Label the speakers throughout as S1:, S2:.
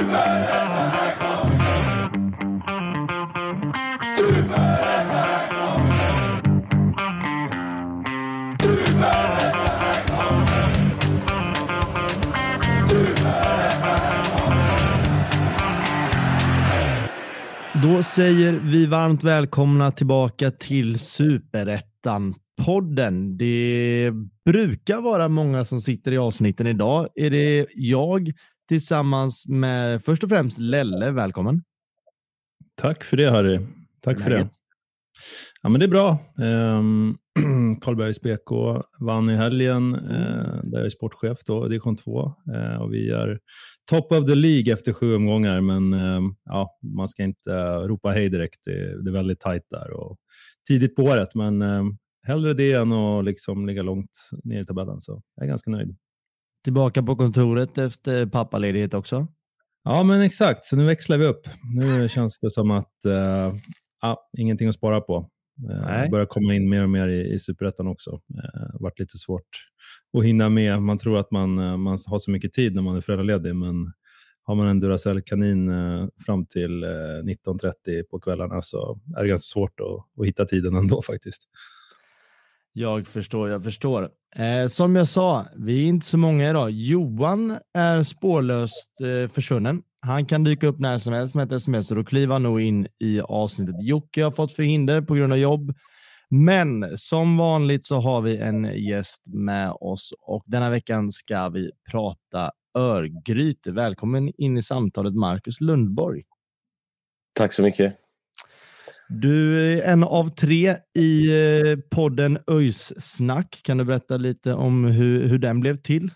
S1: Då säger vi varmt välkomna tillbaka till Superettan-podden. Det brukar vara många som sitter i avsnitten idag. Är det jag tillsammans med först och främst Lelle. Välkommen.
S2: Tack för det, Harry. Tack för det. Ja, men det är bra. Karlbergs BK vann i helgen. Där jag är sportchef då, division 2. Och vi är top of the League efter 7 omgångar. Men ja, man ska inte ropa hej direkt. Det är väldigt tajt där och tidigt på året. Men hellre det än att liksom ligga långt ner i tabellen. Så jag är ganska nöjd.
S1: Tillbaka på kontoret efter pappaledighet också?
S2: Ja, men exakt. Så nu växlar vi upp. Nu känns det som att ingenting att spara på. Börjar komma in mer och mer i Superettan också. Varit lite svårt att hinna med. Man tror att man har så mycket tid när man är föräldraledig, men har man en Duracell-kanin fram till 19:30 på kvällarna så är det ganska svårt att hitta tiden ändå faktiskt.
S1: Jag förstår. Som jag sa, vi är inte så många idag. Johan är spårlöst försvunnen. Han kan dyka upp när som helst med ett sms och då kliver han nog in i avsnittet. Jocke har fått förhinder på grund av jobb. Men som vanligt så har vi en gäst med oss och denna veckan ska vi prata Örgryte. Välkommen in i samtalet, Marcus Lundborg.
S3: Tack så mycket.
S1: Du är en av 3 i podden ÖIS Snack. Kan du berätta lite om hur den blev till?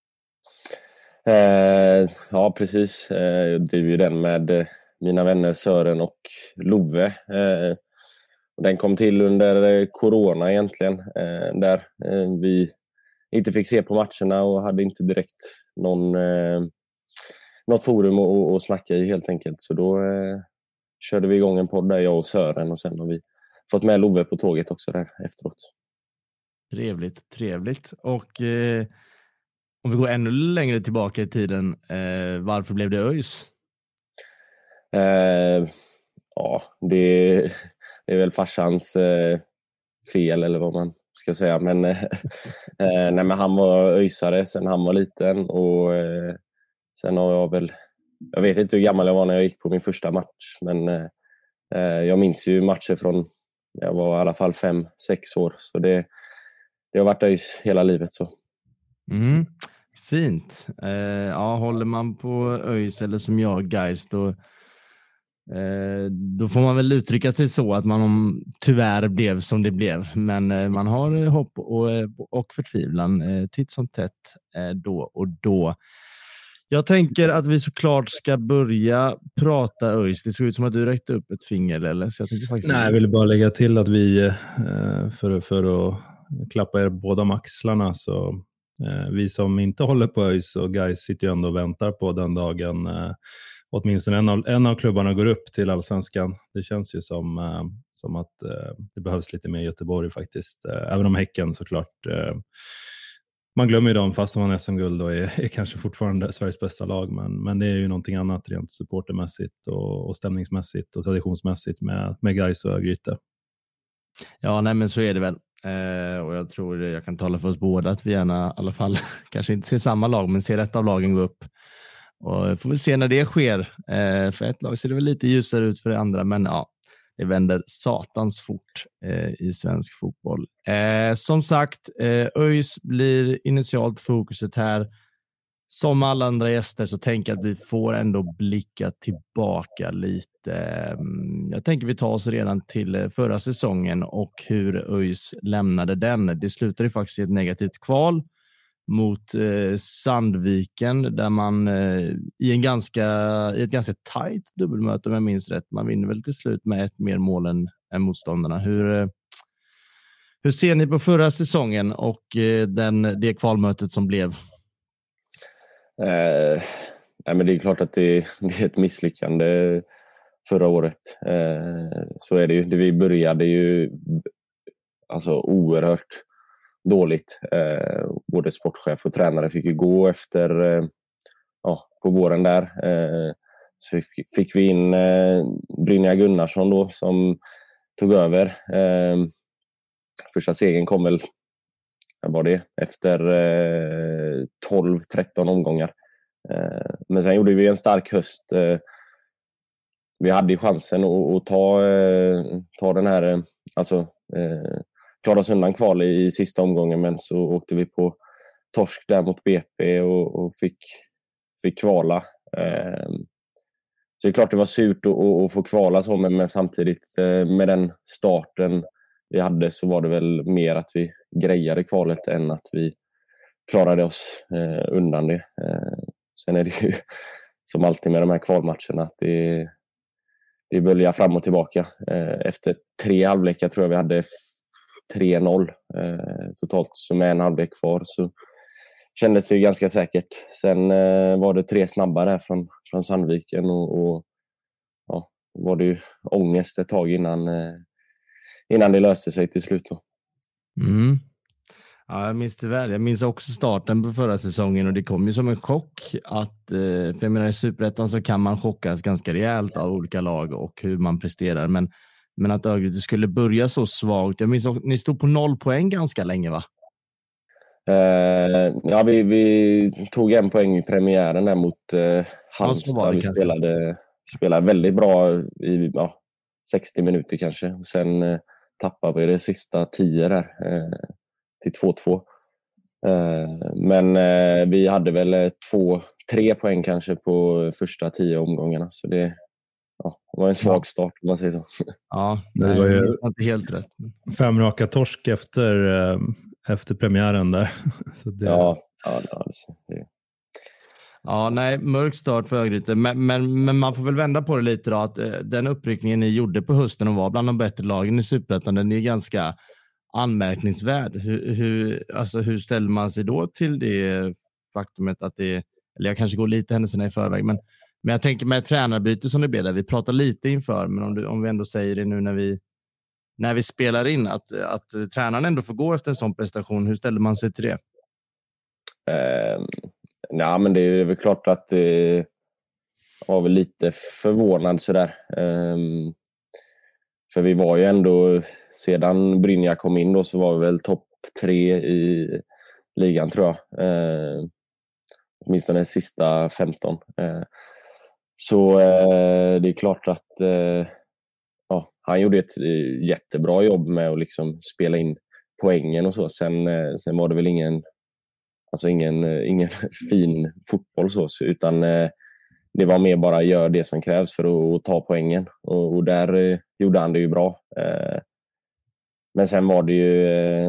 S3: Ja, precis. Jag driver ju den med mina vänner Sören och Love. Den kom till under corona egentligen. Där vi inte fick se på matcherna och hade inte direkt något forum att snacka i helt enkelt. Så då körde vi igång en podd där, jag och Sören, och sen har vi fått med Love på tåget också där efteråt.
S1: Trevligt. Och om vi går ännu längre tillbaka i tiden, varför blev det ÖIS?
S3: Ja, det är väl farsans fel eller vad man ska säga. Men, nej, men han var ÖISare sen han var liten och sen har jag vet inte hur gammal jag var när jag gick på min första match, men jag minns ju matcher från jag var i alla fall 5-6 år, så det har varit ÖIS hela livet så.
S1: Fint. Ja, håller man på ÖIS eller som jag Gais då får man väl uttrycka sig så att man tyvärr blev som det blev, men man har hopp och förtvivlan titt som tätt då och då. Jag tänker att vi såklart ska börja prata ÖIS. Det såg ut som att du räckte upp ett finger, eller? Så jag tänkte faktiskt...
S2: Nej, jag ville bara lägga till att vi för att klappa er båda med axlarna, så vi som inte håller på ÖIS och Gais sitter ju ändå och väntar på den dagen åtminstone en av klubbarna går upp till Allsvenskan. Det känns ju som att det behövs lite mer i Göteborg faktiskt. Även om Häcken såklart, man glömmer ju dem fast de har SM-guld och är kanske fortfarande Sveriges bästa lag. Men det är ju någonting annat rent supportermässigt och stämningsmässigt och traditionsmässigt med Gais och Örgryte.
S1: Ja, nej, men så är det väl. Och jag tror jag kan tala för oss båda att vi gärna i alla fall kanske inte ser samma lag, men ser ett av lagen gå upp. Och får vi se när det sker. För ett lag ser det väl lite ljusare ut för det andra, men ja, det vänder satans fort i svensk fotboll. Som sagt, ÖIS blir initialt fokuset här. Som alla andra gäster så tänker jag att vi får ändå blicka tillbaka lite. Jag tänker vi tar oss redan till förra säsongen och hur ÖIS lämnade den. Det slutade faktiskt i ett negativt kval mot Sandviken där man i ett ganska tajt dubbelmöte, om jag minns rätt. Man vinner väl till slut med ett mer mål än motståndarna. Hur ser ni på förra säsongen och det kvalmötet som blev?
S3: Nej, men det är klart att det är ett misslyckande förra året. Så är det ju. Vi började ju alltså oerhört dåligt. Både sportchef och tränare fick ju gå efter på våren där. så fick vi in Brynja Gunnarsson då, som tog över. Första segern kom väl, vad var det, efter 12-13 omgångar. Men sen gjorde vi en stark höst. Vi hade ju chansen att ta den här, alltså klara oss undan kval i sista omgången, men så åkte vi på torsk där mot BP och fick kvala. Så det är klart det var surt att få kvala så, men samtidigt med den starten vi hade så var det väl mer att vi grejade kvalet än att vi klarade oss undan det. Sen är det ju som alltid med de här kvalmatcherna att det böljar fram och tillbaka. Efter 3 halvlekar tror jag vi hade 3-0 totalt, så med en halvlek kvar så kändes det ju ganska säkert. Sen var det 3 snabba där från Sandviken och ja, var det ju ångest ett tag innan det löste sig till slut då.
S1: Mm. Ja, jag minns det väl. Jag minns också starten på förra säsongen och det kom ju som en chock att, för jag menar i Superettan så kan man chockas ganska rejält av olika lag och hur man presterar, men att Örgryte skulle börja så svagt. Jag minns att ni stod på 0 poäng ganska länge, va?
S3: Ja, vi tog 1 poäng i premiären där mot Halmstad. Vi spelade väldigt bra i 60 minuter kanske. Sen tappade vi det sista 10 där till 2-2. Men vi hade väl 2-3 poäng kanske på första 10 omgångarna. Så det var en svag start om man säger så.
S1: Ja,
S2: det var ju
S1: inte helt rätt.
S2: 5 raka torsk efter premiären där. Så det...
S1: Ja, nej, mörk start för Örgryte. Men man får väl vända på det lite då, att den uppryckningen ni gjorde på hösten och var bland de bättre lagen i Superettan, den är ganska anmärkningsvärd. Hur ställer man sig då till det faktumet att det, eller jag kanske går lite händelserna i förväg, men jag tänker med tränarbyte som det blev där, vi pratar lite inför, men om vi ändå säger det nu när vi spelar in, att tränaren ändå får gå efter en sån prestation, hur ställer man sig till det?
S3: Nej, men det är väl klart att det var väl lite förvånad sådär. För vi var ju ändå, sedan Brynja kom in då, så var vi väl topp 3 i ligan tror jag. Åtminstone de sista 15. Så det är klart att han gjorde ett jättebra jobb med att liksom spela in poängen och så. Sen var det väl ingen fin fotboll så, utan det var mer bara gör det som krävs för att ta poängen, och där gjorde han det ju bra. Men sen var det ju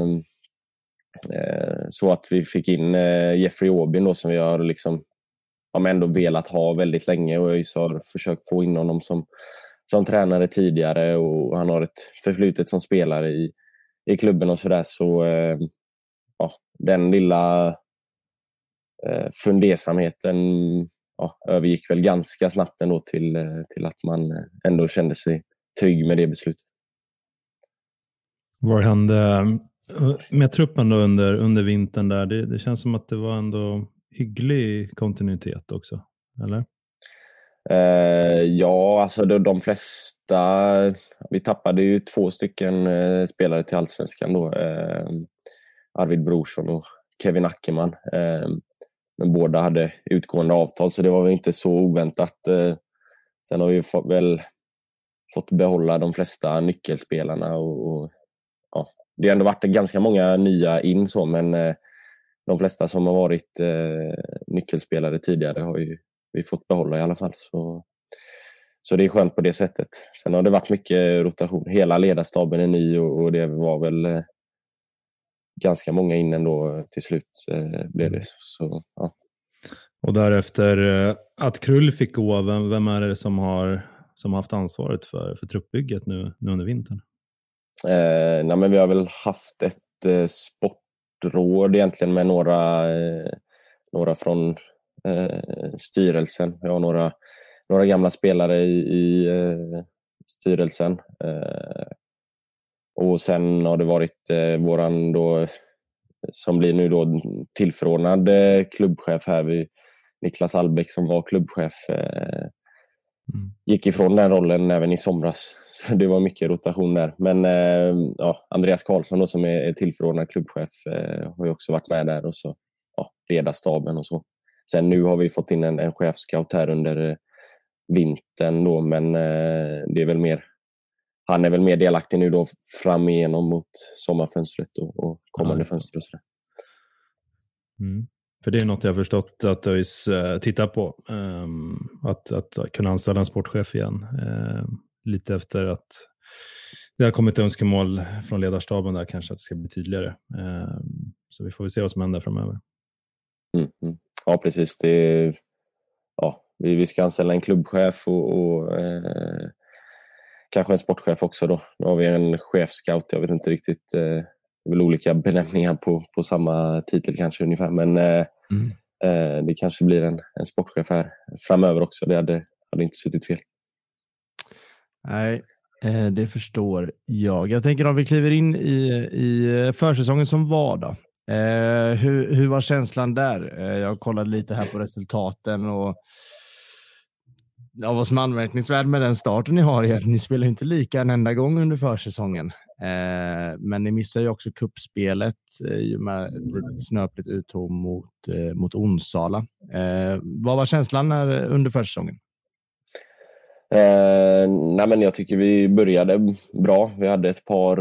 S3: så att vi fick in Jeffrey Aubin då, som vi har liksom ändå velat ha väldigt länge, och jag har försökt få in honom som tränare tidigare, och han har ett förflutet som spelare i klubben och sådär, så den lilla fundersamheten övergick väl ganska snabbt ändå till att man ändå kände sig trygg med det beslutet.
S2: Vad hände med truppen då under vintern där? Det känns som att det var ändå hygglig kontinuitet också, eller?
S3: Ja, alltså de flesta, vi tappade ju 2 stycken spelare till Allsvenskan då, Arvid Brorsson och Kevin Ackerman, men båda hade utgående avtal, så det var väl inte så oväntat. Sen har vi fått behålla de flesta nyckelspelarna, och det har ändå varit ganska många nya in så, men de flesta som har varit nyckelspelare tidigare har ju vi fått behålla i alla fall. Så det är skönt på det sättet. Sen har det varit mycket rotation. Hela ledarstaben är ny, och det var väl ganska många in ändå till slut blev det. Så, ja. Och
S2: därefter att Krull fick gå, vem är det som har haft ansvaret för truppbygget nu under vintern?
S3: Nej, men vi har väl haft ett sportråd egentligen med några från styrelsen. Vi har några gamla spelare i styrelsen. Och sen har det varit våran då, som blir nu då tillförordnad klubbchef här, Niklas Albeck, som var klubbchef gick ifrån den rollen även i somras. Så det var mycket rotation där. Men Andreas Karlsson då, som är tillförordnad klubbchef har ju också varit med där och så leda staben och så. Sen nu har vi fått in en chefscout här under vintern då, men det är väl mer, han är väl mer delaktig nu då fram igenom mot sommarfönstret och kommande fönster och sådär.
S2: För det är något jag har förstått att ÖIS tittar på, att kunna anställa en sportchef igen, lite efter att det har kommit önskemål från ledarstaben där, kanske att det ska bli tydligare. Så vi får väl se vad som händer framöver.
S3: Ja, precis. Vi ska anställa en klubbchef och kanske en sportchef också då. Nu har vi en chefscout, jag vet inte riktigt, det är väl olika benämningar på samma titel kanske ungefär, men det kanske blir en sportchef här framöver också. Det hade inte suttit fel.
S1: Nej, det förstår jag. Jag tänker om vi kliver in i försäsongen som var då. Hur var känslan där? Jag kollade lite här på resultaten och vad som är anmärkningsvärt med den starten ni har är att ni spelar inte lika en enda gång under försäsongen. Men ni missar ju också kuppspelet med ett litet snöpligt uttåg mot Onsala. Vad var känslan under försäsongen?
S3: Nej, men jag tycker vi började bra. Vi hade ett par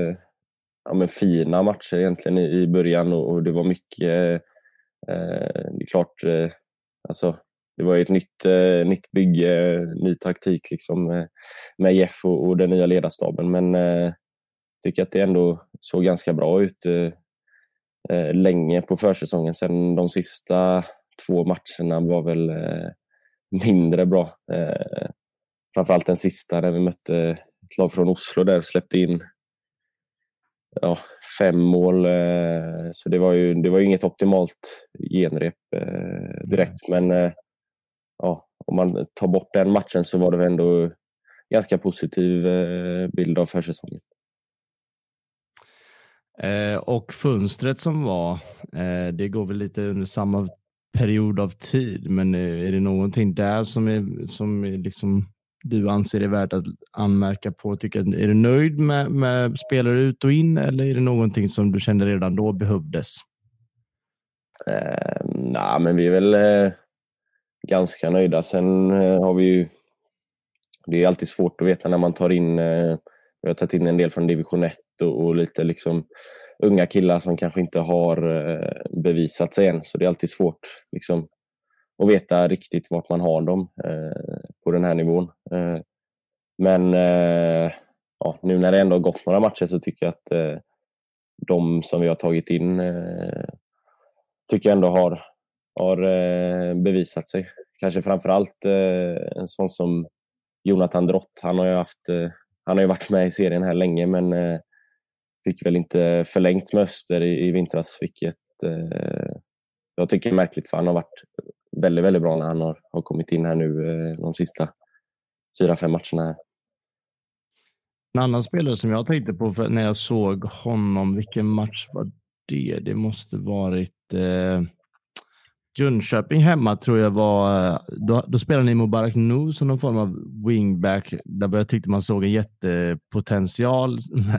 S3: fina matcher egentligen i början och det var mycket, det är klart, alltså det var ju ett nytt bygge, ny taktik liksom med Jeff och den nya ledarstaben, men tycker att det ändå såg ganska bra ut länge på försäsongen. Sen de sista 2 matcherna var väl mindre bra. Framförallt den sista där vi mötte ett lag från Oslo där släppte in 5 mål. Så det var ju inget optimalt genrep direkt. Men om man tar bort den matchen så var det ändå ganska positiv bild av försäsongen.
S1: Och fönstret som var, det går väl lite under samma period av tid, men är det någonting där som är liksom du anser är värt att anmärka på? Är du nöjd med spelare ut och in, eller är det någonting som du kände redan då behövdes?
S3: Nej, men vi är väl ganska nöjda. Sen har vi ju, det är alltid svårt att veta när man tar in, vi har tagit in en del från division 1 och lite liksom unga killar som kanske inte har bevisat sig än, så det är alltid svårt liksom att veta riktigt vart man har dem på den här nivån. Men nu när det ändå har gått några matcher så tycker jag att de som vi har tagit in tycker jag ändå har bevisat sig. Kanske framförallt en sån som Jonathan Drott. Han har ju varit med i serien här länge, men fick väl inte förlängt med Öster i vintras, vilket jag tycker är märkligt, för han har varit väldigt, väldigt bra när han har kommit in här nu de sista 4-5 matcherna här.
S1: En annan spelare som jag tänkte på när jag såg honom, vilken match var det? Det måste varit Jönköping hemma, tror jag var. Då spelade ni Mubarak Nu som någon form av wingback, där jag tyckte man såg en jättepotential,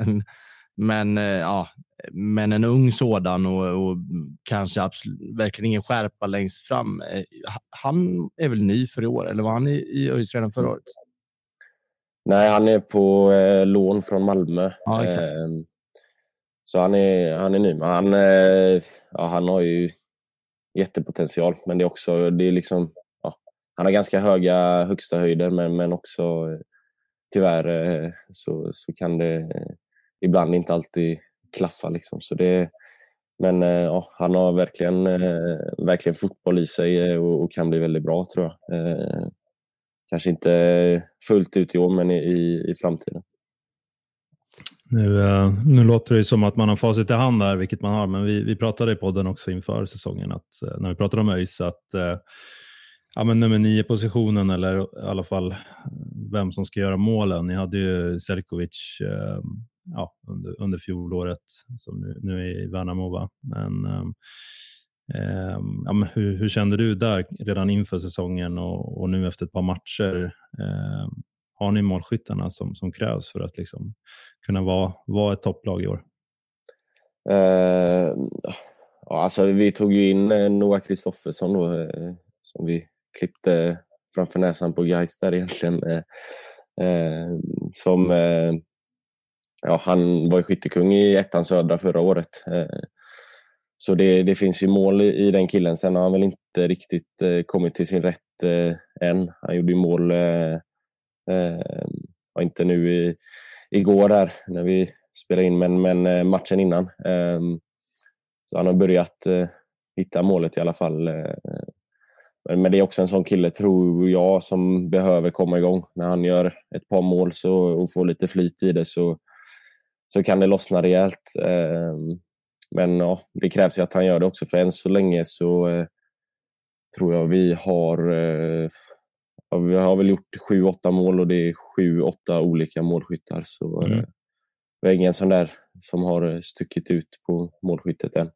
S1: men en ung sådan och kanske absolut, verkligen ingen skärpa längst fram. Han är väl ny för i år, eller var han i ÖIS redan förra året?
S3: Nej, han är på lån från Malmö.
S1: Ja, exakt.
S3: Så han är ny. Han har ju jättepotential, men det är liksom, han har ganska höga högsta höjder, men också tyvärr så kan det ibland inte alltid klaffa liksom. Så men han har verkligen fotboll i sig och kan bli väldigt bra, tror jag. Kanske inte fullt ut i år, men i framtiden.
S2: Nu låter det som att man har facit i hand där, vilket man har, men vi pratade i podden också inför säsongen att när vi pratade om ÖIS att nummer 9-positionen, eller i alla fall vem som ska göra målen. Ni hade ju Selkovic under fjolåret, som nu är i Värnamo, va? Men hur kände du där redan inför säsongen och nu efter ett par matcher? Har ni målskyttarna som krävs för att liksom kunna vara ett topplag i år?
S3: Ja, alltså vi tog ju in Noah Kristoffersson då, som vi klippte framför näsan på Gais där egentligen. Han var ju skyttekung i ettan södra förra året. Så det finns ju mål i den killen. Sen har han väl inte riktigt kommit till sin rätt än. Han gjorde ju mål inte nu igår där när vi spelade in, men matchen innan. Så han har börjat hitta målet i alla fall. Men det är också en sån kille, tror jag, som behöver komma igång. När han gör ett par mål och får lite flyt i det så kan det lossna rejält. Men ja, det krävs ju att han gör det också. För än så länge så tror jag vi har väl gjort 7-8 mål och det är 7-8 olika målskyttar. Så det är ingen sån där som har stuckit ut på målskyttet än.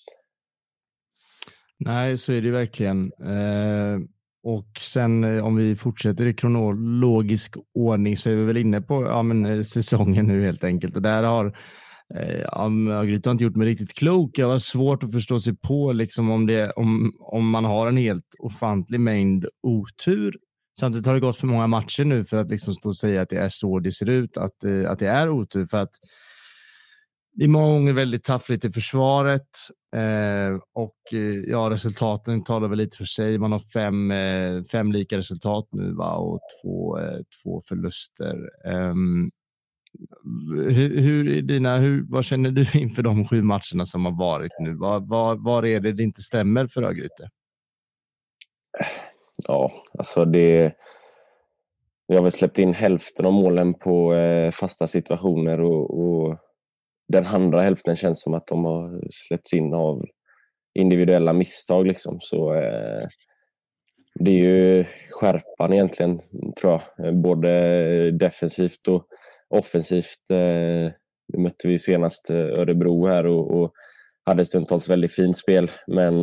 S1: Nej, så är det verkligen. Och sen om vi fortsätter i kronologisk ordning så är vi väl inne på säsongen nu helt enkelt. Och där har Örgryte inte gjort mig riktigt klok. Jag har svårt att förstå sig på liksom om man har en helt ofantlig mängd otur. Samtidigt har det gått för många matcher nu för att liksom stå och säga att det är så det ser ut, att det är otur. För att det är många gånger väldigt taffligt i försvaret resultaten talar väl lite för sig. Man har 5 lika resultat nu, va? Och 2 förluster. Vad känner du inför de 7 matcherna som har varit nu? Var är det inte stämmer för Örgryte?
S3: Ja, alltså vi har väl släppt in hälften av målen på fasta situationer och den andra hälften känns som att de har släppts in av individuella misstag liksom. Så det är ju skärpan egentligen, tror jag, både defensivt och offensivt. Nu mötte vi senast Örebro här och hade stundtals väldigt fint spel, men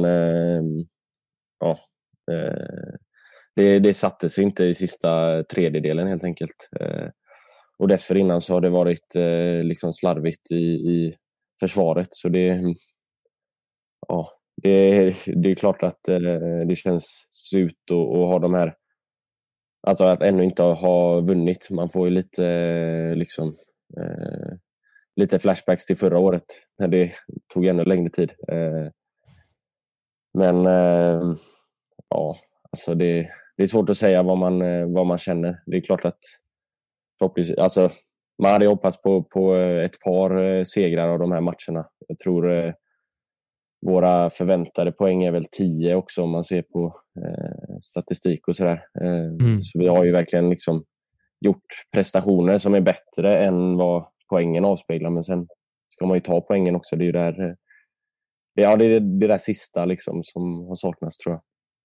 S3: det satte sig inte i sista tredjedelen helt enkelt. Och dessförinnan så har det varit liksom slarvigt i försvaret, så det är klart att det känns surt att ha de här, alltså att ännu inte ha vunnit. Man får ju lite flashbacks till förra året när det tog ännu längre tid. Alltså det är svårt att säga vad man känner. Det är klart att förhoppningsvis, alltså man hade hoppats på ett par segrar av de här matcherna. Jag tror våra förväntade poäng är väl 10 också om man ser på statistik och sådär. Så vi har ju verkligen liksom gjort prestationer som är bättre än vad poängen avspeglar, men sen ska man ju ta poängen också. Det är ju det är det där sista liksom som har saknats, tror jag.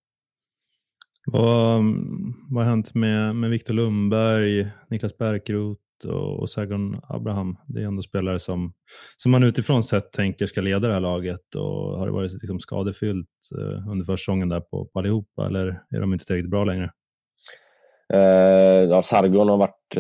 S2: Vad har hänt med Victor Lundberg, Niklas Bärkroth och Sergon Abraham? Det är ändå spelare som man utifrån sett tänker ska leda det här laget, och har det varit liksom skadefyllt under försäsongen där på allihopa, eller är de inte tillräckligt bra längre?
S3: Sargon har varit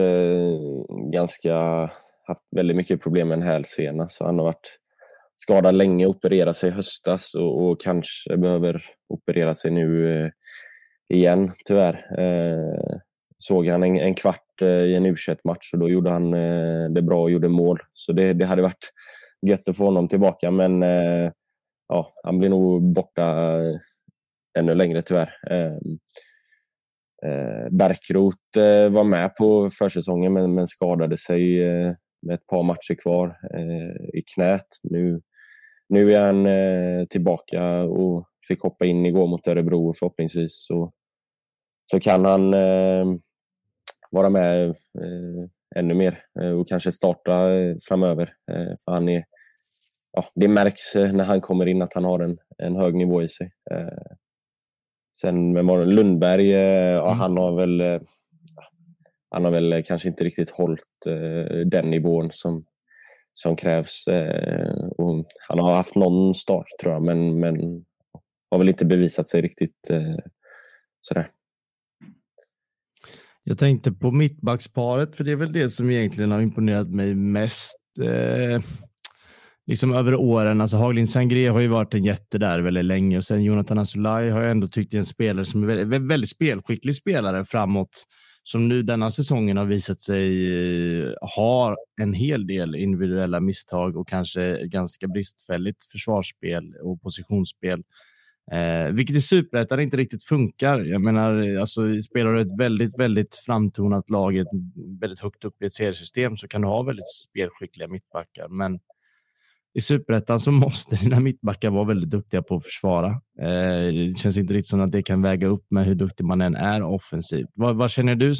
S3: haft väldigt mycket problem med en hälsena, så han har varit skadad länge, opererade sig i höstas och kanske behöver operera sig nu igen, tyvärr. Såg han en kvart i en U21-match och då gjorde han det bra och gjorde mål. Så det hade varit gött att få honom tillbaka, men han blir nog borta ännu längre, tyvärr. Bärkroth var med på försäsongen men skadade sig med ett par matcher kvar i knät. Nu är han tillbaka och fick hoppa in igår mot Örebro, och förhoppningsvis så kan han vara med ännu mer och kanske starta framöver. För han det märks när han kommer in att han har en hög nivå i sig. Sen med Lundberg, han har väl kanske inte riktigt hållit den nivån som krävs. Och han har haft någon start, tror jag, men har väl inte bevisat sig riktigt sådär.
S1: Jag tänkte på mittbacksparet, för det är väl det som egentligen har imponerat mig mest liksom över åren. Alltså Haglin Sangré har ju varit en jätte där väldigt länge, och sen Jonathan Asulaj har jag ändå tyckt är en spelare som är väldigt spelskicklig spelare framåt, som nu denna säsongen har visat sig ha en hel del individuella misstag och kanske ganska bristfälligt försvarsspel och positionsspel. Vilket i Superettan inte riktigt funkar. Jag menar, alltså, spelar du ett väldigt, väldigt framtonat lag väldigt högt upp i ett seriesystem, så kan du ha väldigt spelskickliga mittbackar. Men i Superettan så måste dina mittbackar vara väldigt duktiga på att försvara. Det känns inte riktigt som att det kan väga upp med hur duktig man än är offensivt. Vad känner du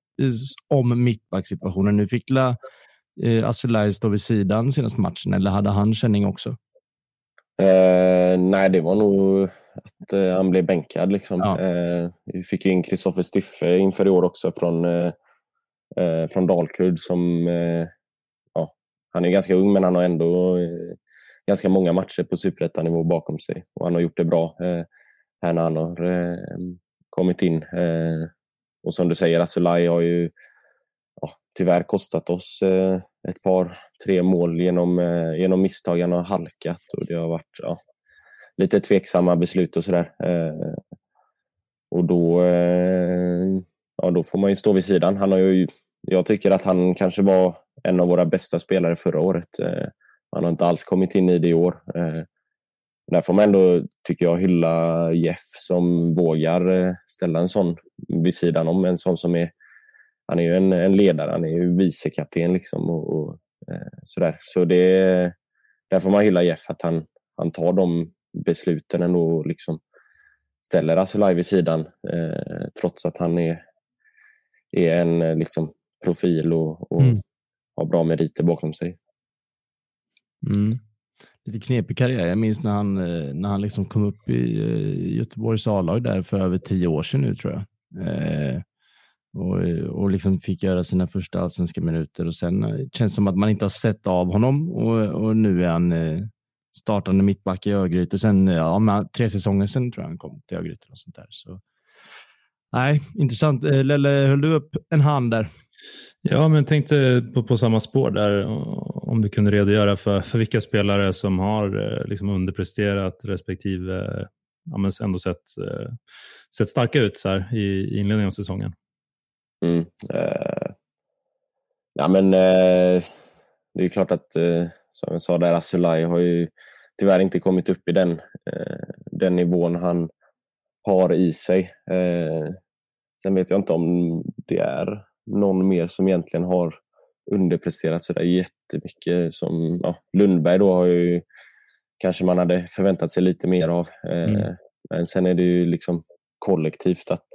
S1: om mittbacksituationen? Nu fick Asulaj stå vid sidan senaste matchen, eller hade han känning också?
S3: Nej, det var nog att han blev bänkad liksom.
S1: Ja.
S3: Vi fick ju in Kristoffer Styffe inför i år också från Dalkurd som han är ganska ung, men han har ändå ganska många matcher på Superettan-nivå bakom sig, och han har gjort det bra här när han har kommit in. Och som du säger, Asulaj har ju tyvärr kostat oss ett par, 3 mål genom misstag. Han har halkat och det har varit lite tveksamma beslut och sådär. Och då får man ju stå vid sidan. Jag tycker att han kanske var en av våra bästa spelare förra året. Han har inte alls kommit in i det i år. Där får man ändå, tycker jag, hylla Jeff som vågar ställa en sån vid sidan om. En sån som han är ju en ledare, han är ju vicekapten liksom och sådär. Så där får man hylla Jeff, att han tar de besluten ändå, liksom ställer Asulaj vid sidan trots att han är en liksom profil och har bra meriter bakom sig.
S1: Lite knepig karriär. Jag minns när han liksom kom upp i Göteborgs A-lag där för över 10 år sedan nu, tror jag. Och liksom fick göra sina första allsvenska minuter, och sen känns det som att man inte har sett av honom, och nu är han startande mittback i Örgryte. Sen 3 säsonger sen tror jag han kom till Örgryte och sånt där. Så nej, intressant. Lelle, höll du upp en hand där?
S2: Ja, men tänkte på samma spår där, om du kunde redogöra för vilka spelare som har liksom underpresterat respektive men ändå sett starka ut så här i inledningen av säsongen.
S3: Det är klart att som jag sa där, Asulaj har ju tyvärr inte kommit upp i den nivån han har i sig. Sen vet jag inte om det är någon mer som egentligen har underpresterat så där jättemycket som Lundberg då har ju kanske man hade förväntat sig lite mer av. Men sen är det ju liksom kollektivt att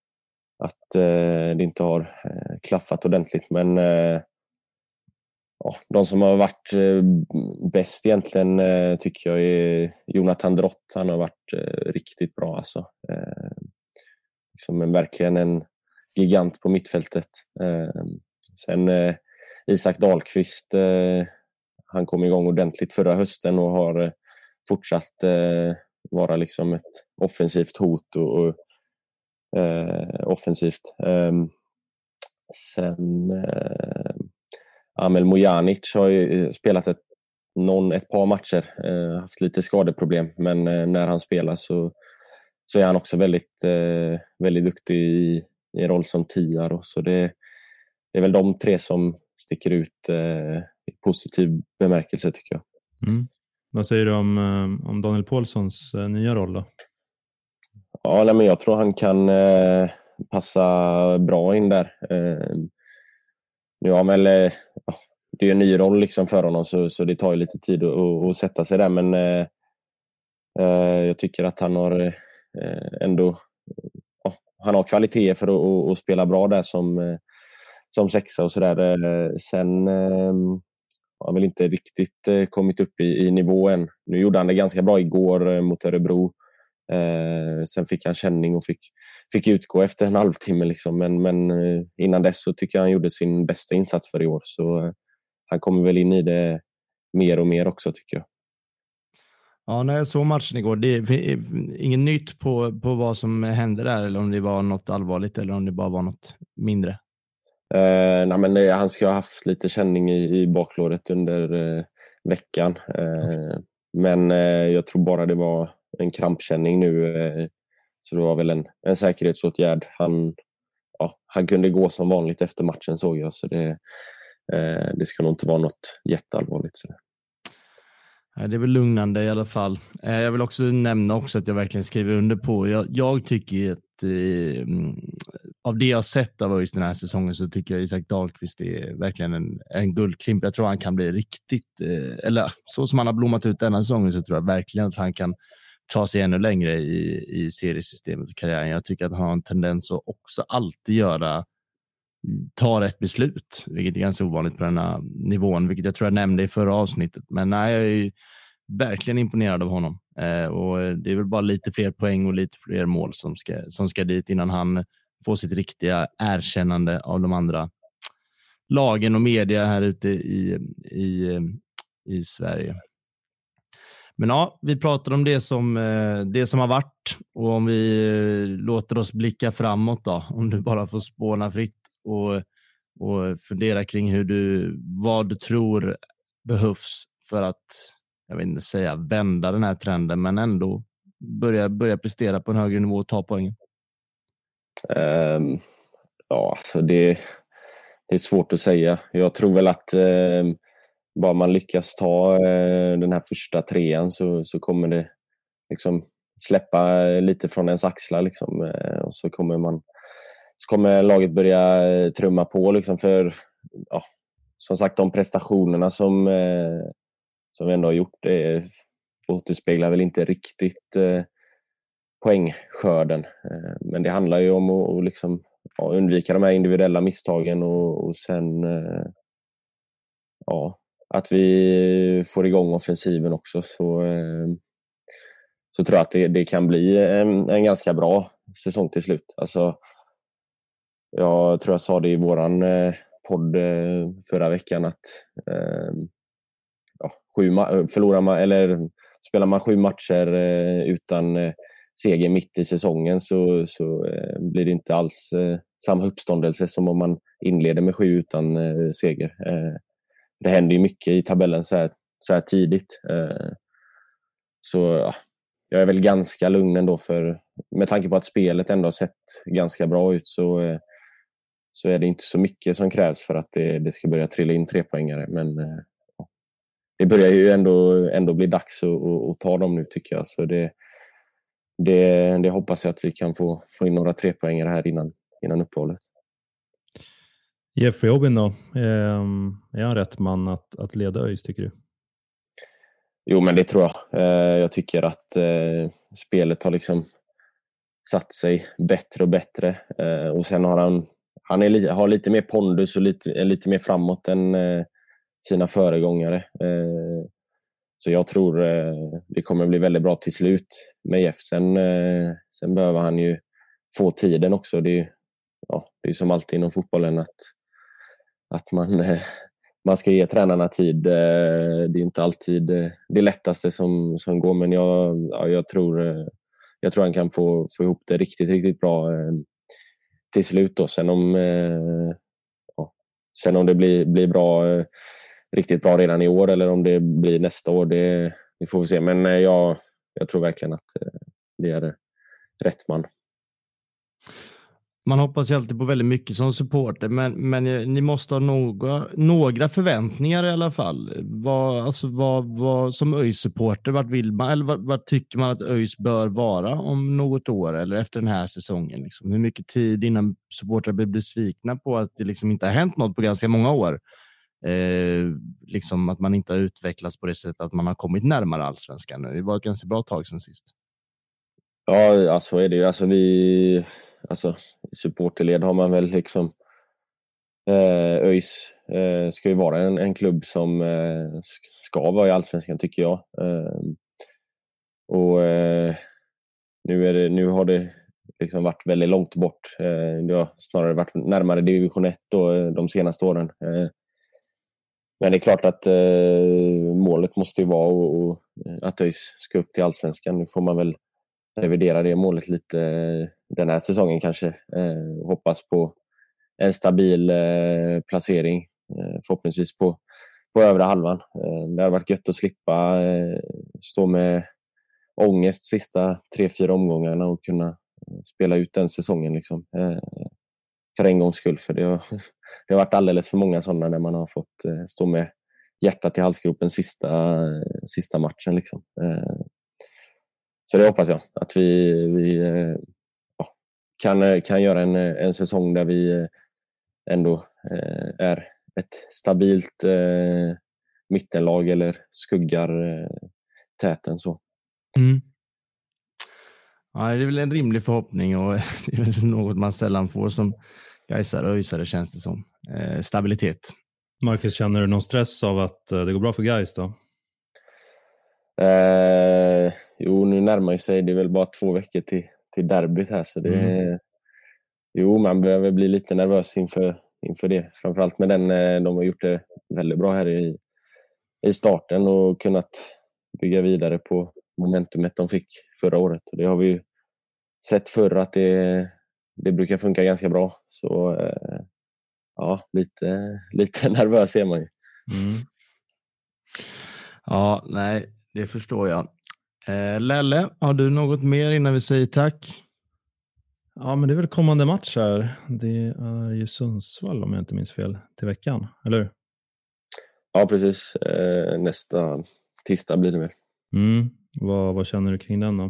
S3: det inte har klaffat ordentligt. Men de som har varit bäst egentligen tycker jag är Jonathan Drott. Han har varit riktigt bra alltså. Liksom verkligen en gigant på mittfältet. Sen Isak Dahlqvist, han kom igång ordentligt förra hösten och har fortsatt vara liksom ett offensivt hot och offensivt. Sen Amel Mojanic har ju spelat ett par matcher, haft lite skadeproblem, men när han spelar så är han också väldigt, väldigt duktig i en roll som 10. Så det är väl de 3 som sticker ut i positiv bemärkelse, tycker jag.
S2: Vad säger du om Daniel Paulssons nya roll då?
S3: Ja, men jag tror han kan passa bra in där. Det är ju en ny roll liksom för honom, så det tar ju lite tid att sätta sig där, men jag tycker att han har ändå han har kvaliteter för att spela bra där som 6 och sådär. Sen har väl inte riktigt kommit upp i nivå än. Nu gjorde han det ganska bra igår mot Örebro. Sen fick han känning och fick utgå efter en halvtimme liksom. Men innan dess så tycker jag han gjorde sin bästa insats för i år, så han kommer väl in i det mer och mer också, tycker jag.
S1: Ja, när jag såg matchen igår, det är ingen nytt på vad som hände där, eller om det var något allvarligt eller om det bara var något mindre.
S3: Nej, men han ska ha haft lite känning i baklåret under veckan. Men jag tror bara det var en krampkänning nu. Så det var väl en säkerhetsåtgärd. Han kunde gå som vanligt efter matchen, såg jag. Så det ska nog inte vara något jätteallvarligt. Så.
S1: Det är väl lugnande i alla fall. Jag vill också nämna att jag verkligen skriver under på. Jag tycker att av det jag sett av ÖIS den här säsongen så tycker jag Isak Dahlqvist är verkligen en guldklimp. Jag tror han kan bli riktigt, eller så som han har blommat ut denna säsongen så tror jag verkligen att han kan ta sig ännu längre i seriesystemet och karriären. Jag tycker att han har en tendens att också alltid ta rätt beslut, vilket är ganska ovanligt på den här nivån, vilket jag tror jag nämnde i förra avsnittet. Men nej, jag är verkligen imponerad av honom. Och det är väl bara lite fler poäng och lite fler mål som ska dit innan han får sitt riktiga erkännande av de andra lagen och media här ute i Sverige. Men ja, vi pratar om det som har varit, och om vi låter oss blicka framåt då, om du bara får spåna fritt och fundera kring vad du tror behövs för att, jag vet inte säga vända den här trenden, men ändå börja prestera på en högre nivå och ta poängen.
S3: Så det är svårt att säga. Jag tror väl att bara man lyckas ta den här första trean så kommer det liksom släppa lite från ens axlar liksom, och så kommer laget börja trumma på liksom, för som sagt de prestationerna som vi ändå har gjort, det återspeglar väl inte riktigt poängskörden, men det handlar ju om att liksom, undvika de här individuella misstagen och sen att vi får igång offensiven också, så tror jag att det kan bli en ganska bra säsong till slut. Alltså, jag tror jag sa det i våran podd förra veckan att spelar man 7 matcher utan seger mitt i säsongen så blir det inte alls samma uppståndelse som om man inleder med 7 utan seger. Det händer ju mycket i tabellen så här tidigt. Så jag är väl ganska lugn ändå, med tanke på att spelet ändå har sett ganska bra ut, så är det inte så mycket som krävs för att det ska börja trilla in 3-poängare. Men det börjar ju ändå bli dags att ta dem nu, tycker jag. Så det hoppas jag att vi kan få in några 3-poängare här innan uppehållet.
S2: Jeffrey Aubin då? Är han rätt man att leda ÖIS, tycker du?
S3: Jo, men det tror jag. Jag tycker att spelet har liksom satt sig bättre och bättre. Och sen har han har lite mer pondus och lite mer framåt än sina föregångare. Så jag tror det kommer bli väldigt bra till slut med Jeff. Sen behöver han ju få tiden också. Det är som alltid inom fotbollen att man ska ge tränarna tid. Det är inte alltid det lättaste som går, men jag tror han kan få ihop det riktigt, riktigt bra till slut då. Sen om det blir bra, riktigt bra redan i år eller om det blir nästa år, det får vi se. Men jag tror verkligen att det är rätt man.
S1: Man hoppas ju alltid på väldigt mycket som supporter, men ni måste ha några förväntningar i alla fall. Vad som ÖIS-supporter, vart vill man, eller vad tycker man att ÖIS bör vara om något år eller efter den här säsongen? Liksom? Hur mycket tid innan supportrar blir besvikna på att det liksom inte har hänt något på ganska många år? Liksom att man inte har utvecklats på det sättet att man har kommit närmare allsvenskan nu. Det var ett ganska bra tag sedan sist.
S3: Ja, så är det ju. I supporterled har man väl liksom ÖIS ska ju vara en klubb som ska vara i allsvenskan, tycker jag. Och nu har det liksom varit väldigt långt bort. Det har snarare varit närmare division 1 då, de senaste åren. Men det är klart att målet måste ju vara att ÖIS ska upp till Allsvenskan. Nu får man väl revidera det målet lite den här säsongen kanske. Hoppas på en stabil placering. Förhoppningsvis på övre halvan. Det har varit gött att slippa stå med ångest sista 3-4 omgångarna och kunna spela ut den säsongen liksom. För en gångs skull. För det har varit alldeles för många sådana när man har fått stå med hjärtat i halsgropen sista matchen liksom. Så det hoppas jag att vi kan göra en säsong där vi ändå är ett stabilt mittenlag eller skuggar täten så.
S1: Mm. Ja, det är väl en rimlig förhoppning och det är väl något man sällan får som Gaisare och ÖISare, känns det som. Stabilitet.
S2: Marcus, känner du någon stress av att det går bra för Gais då?
S3: Jo, nu närmar sig det är väl bara 2 veckor till derbyt här, så det jo, man behöver bli lite nervös inför det. Framförallt med de har gjort det väldigt bra här i starten och kunnat bygga vidare på momentumet de fick förra året. Och det har vi ju sett förr att det brukar funka ganska bra. Så ja, lite nervös är man ju.
S1: Mm. Ja, nej, det förstår jag. Lelle, har du något mer innan vi säger tack?
S2: Ja, men det är väl kommande match här. Det är ju Sundsvall om jag inte minns fel till veckan, eller hur?
S3: Ja, precis. Nästa tisdag blir det väl.
S2: Vad känner du kring den då?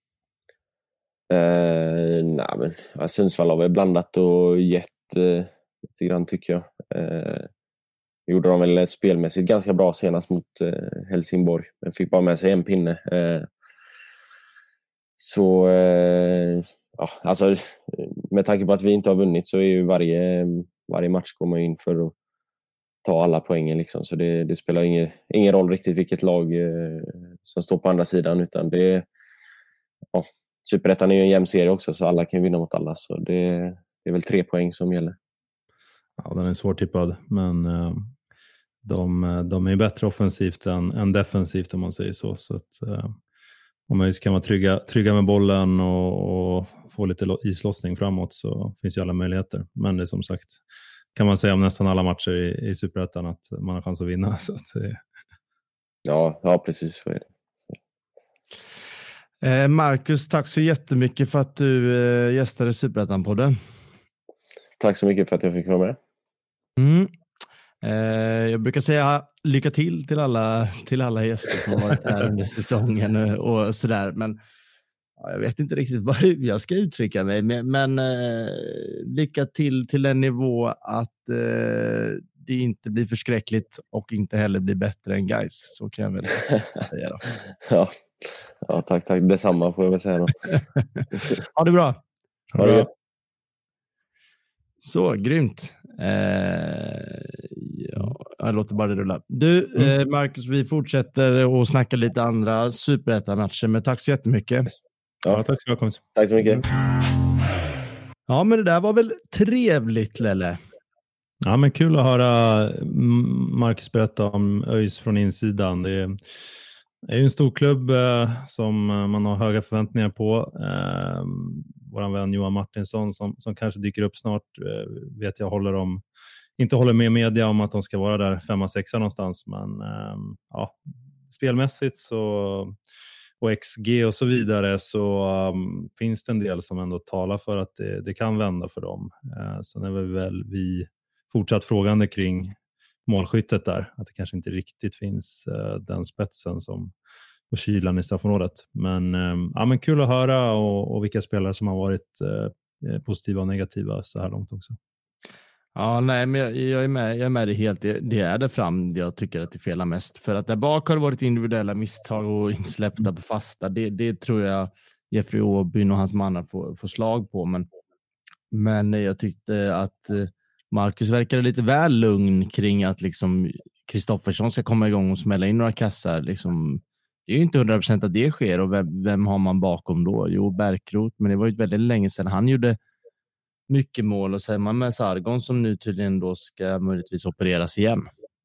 S3: Nej, men Sundsvall har väl blandat och gett lite grann tycker jag. Gjorde de väl spelmässigt ganska bra senast mot Helsingborg. Men fick bara med sig en pinne. Så ja, alltså med tanke på att vi inte har vunnit så är ju varje match går man in för att ta alla poängen liksom. Så det spelar ingen roll riktigt vilket lag som står på andra sidan, utan Superettan är ju en jämn serie också, så alla kan vinna mot alla, så det är väl 3 poäng som gäller.
S2: Ja, den är svårtippad, men de är bättre offensivt än defensivt om man säger så. Så att om man just kan vara trygga med bollen och få lite islossning framåt, så finns ju alla möjligheter. Men det är som sagt, kan man säga om nästan alla matcher i Superettan att man har chans att vinna. Så att,
S3: ja, precis så är det.
S1: Marcus, tack så jättemycket för att du gästade Superettan-podden.
S3: Tack så mycket för att jag fick vara med.
S1: Jag brukar säga lycka till alla gäster som har varit här under säsongen och sådär, men jag vet inte riktigt vad jag ska uttrycka mig, men lycka till den nivå att det inte blir förskräckligt och inte heller blir bättre än Gais, så kan jag väl säga då.
S3: Ja, tack. Detsamma får jag väl säga då.
S1: Ha det bra.
S3: Ha det.
S1: Så, grymt. Jag låter bara det rulla. Du, Marcus, vi fortsätter och snacka lite andra Superettan-matcher, men tack så jättemycket.
S2: Ja, tack så mycket.
S3: Tack så mycket.
S1: Ja, men det där var väl trevligt, Lelle?
S2: Ja, men kul att höra Marcus berätta om ÖIS från insidan. Det är ju en stor klubb som man har höga förväntningar på. Vår vän Johan Martinsson som kanske dyker upp snart, vet jag inte håller med media om att de ska vara där 5-6 någonstans, men ja, spelmässigt så, och XG och så vidare, så finns det en del som ändå talar för att det kan vända för dem. Sen är väl vi fortsatt frågande kring målskyttet där, att det kanske inte riktigt finns den spetsen som på kylan i straffområdet. Men kul att höra och vilka spelare som har varit positiva och negativa så här långt också.
S1: Ja, nej, men jag är med det helt. Det är där fram jag tycker att det felar mest. För att där bak har det varit individuella misstag och insläppta på fasta. Det tror jag Jeffrey Åbyn och hans mannar får slag på. Men jag tyckte att Marcus verkade lite väl lugn kring att liksom Kristoffersson ska komma igång och smälla in några kassar. Liksom, det är ju inte 100% att det sker. Och vem har man bakom då? Jo, Bärkroth. Men det var ju väldigt länge sedan han gjorde mycket mål, och så är man med Sargon som nu tydligen då ska möjligtvis opereras igen.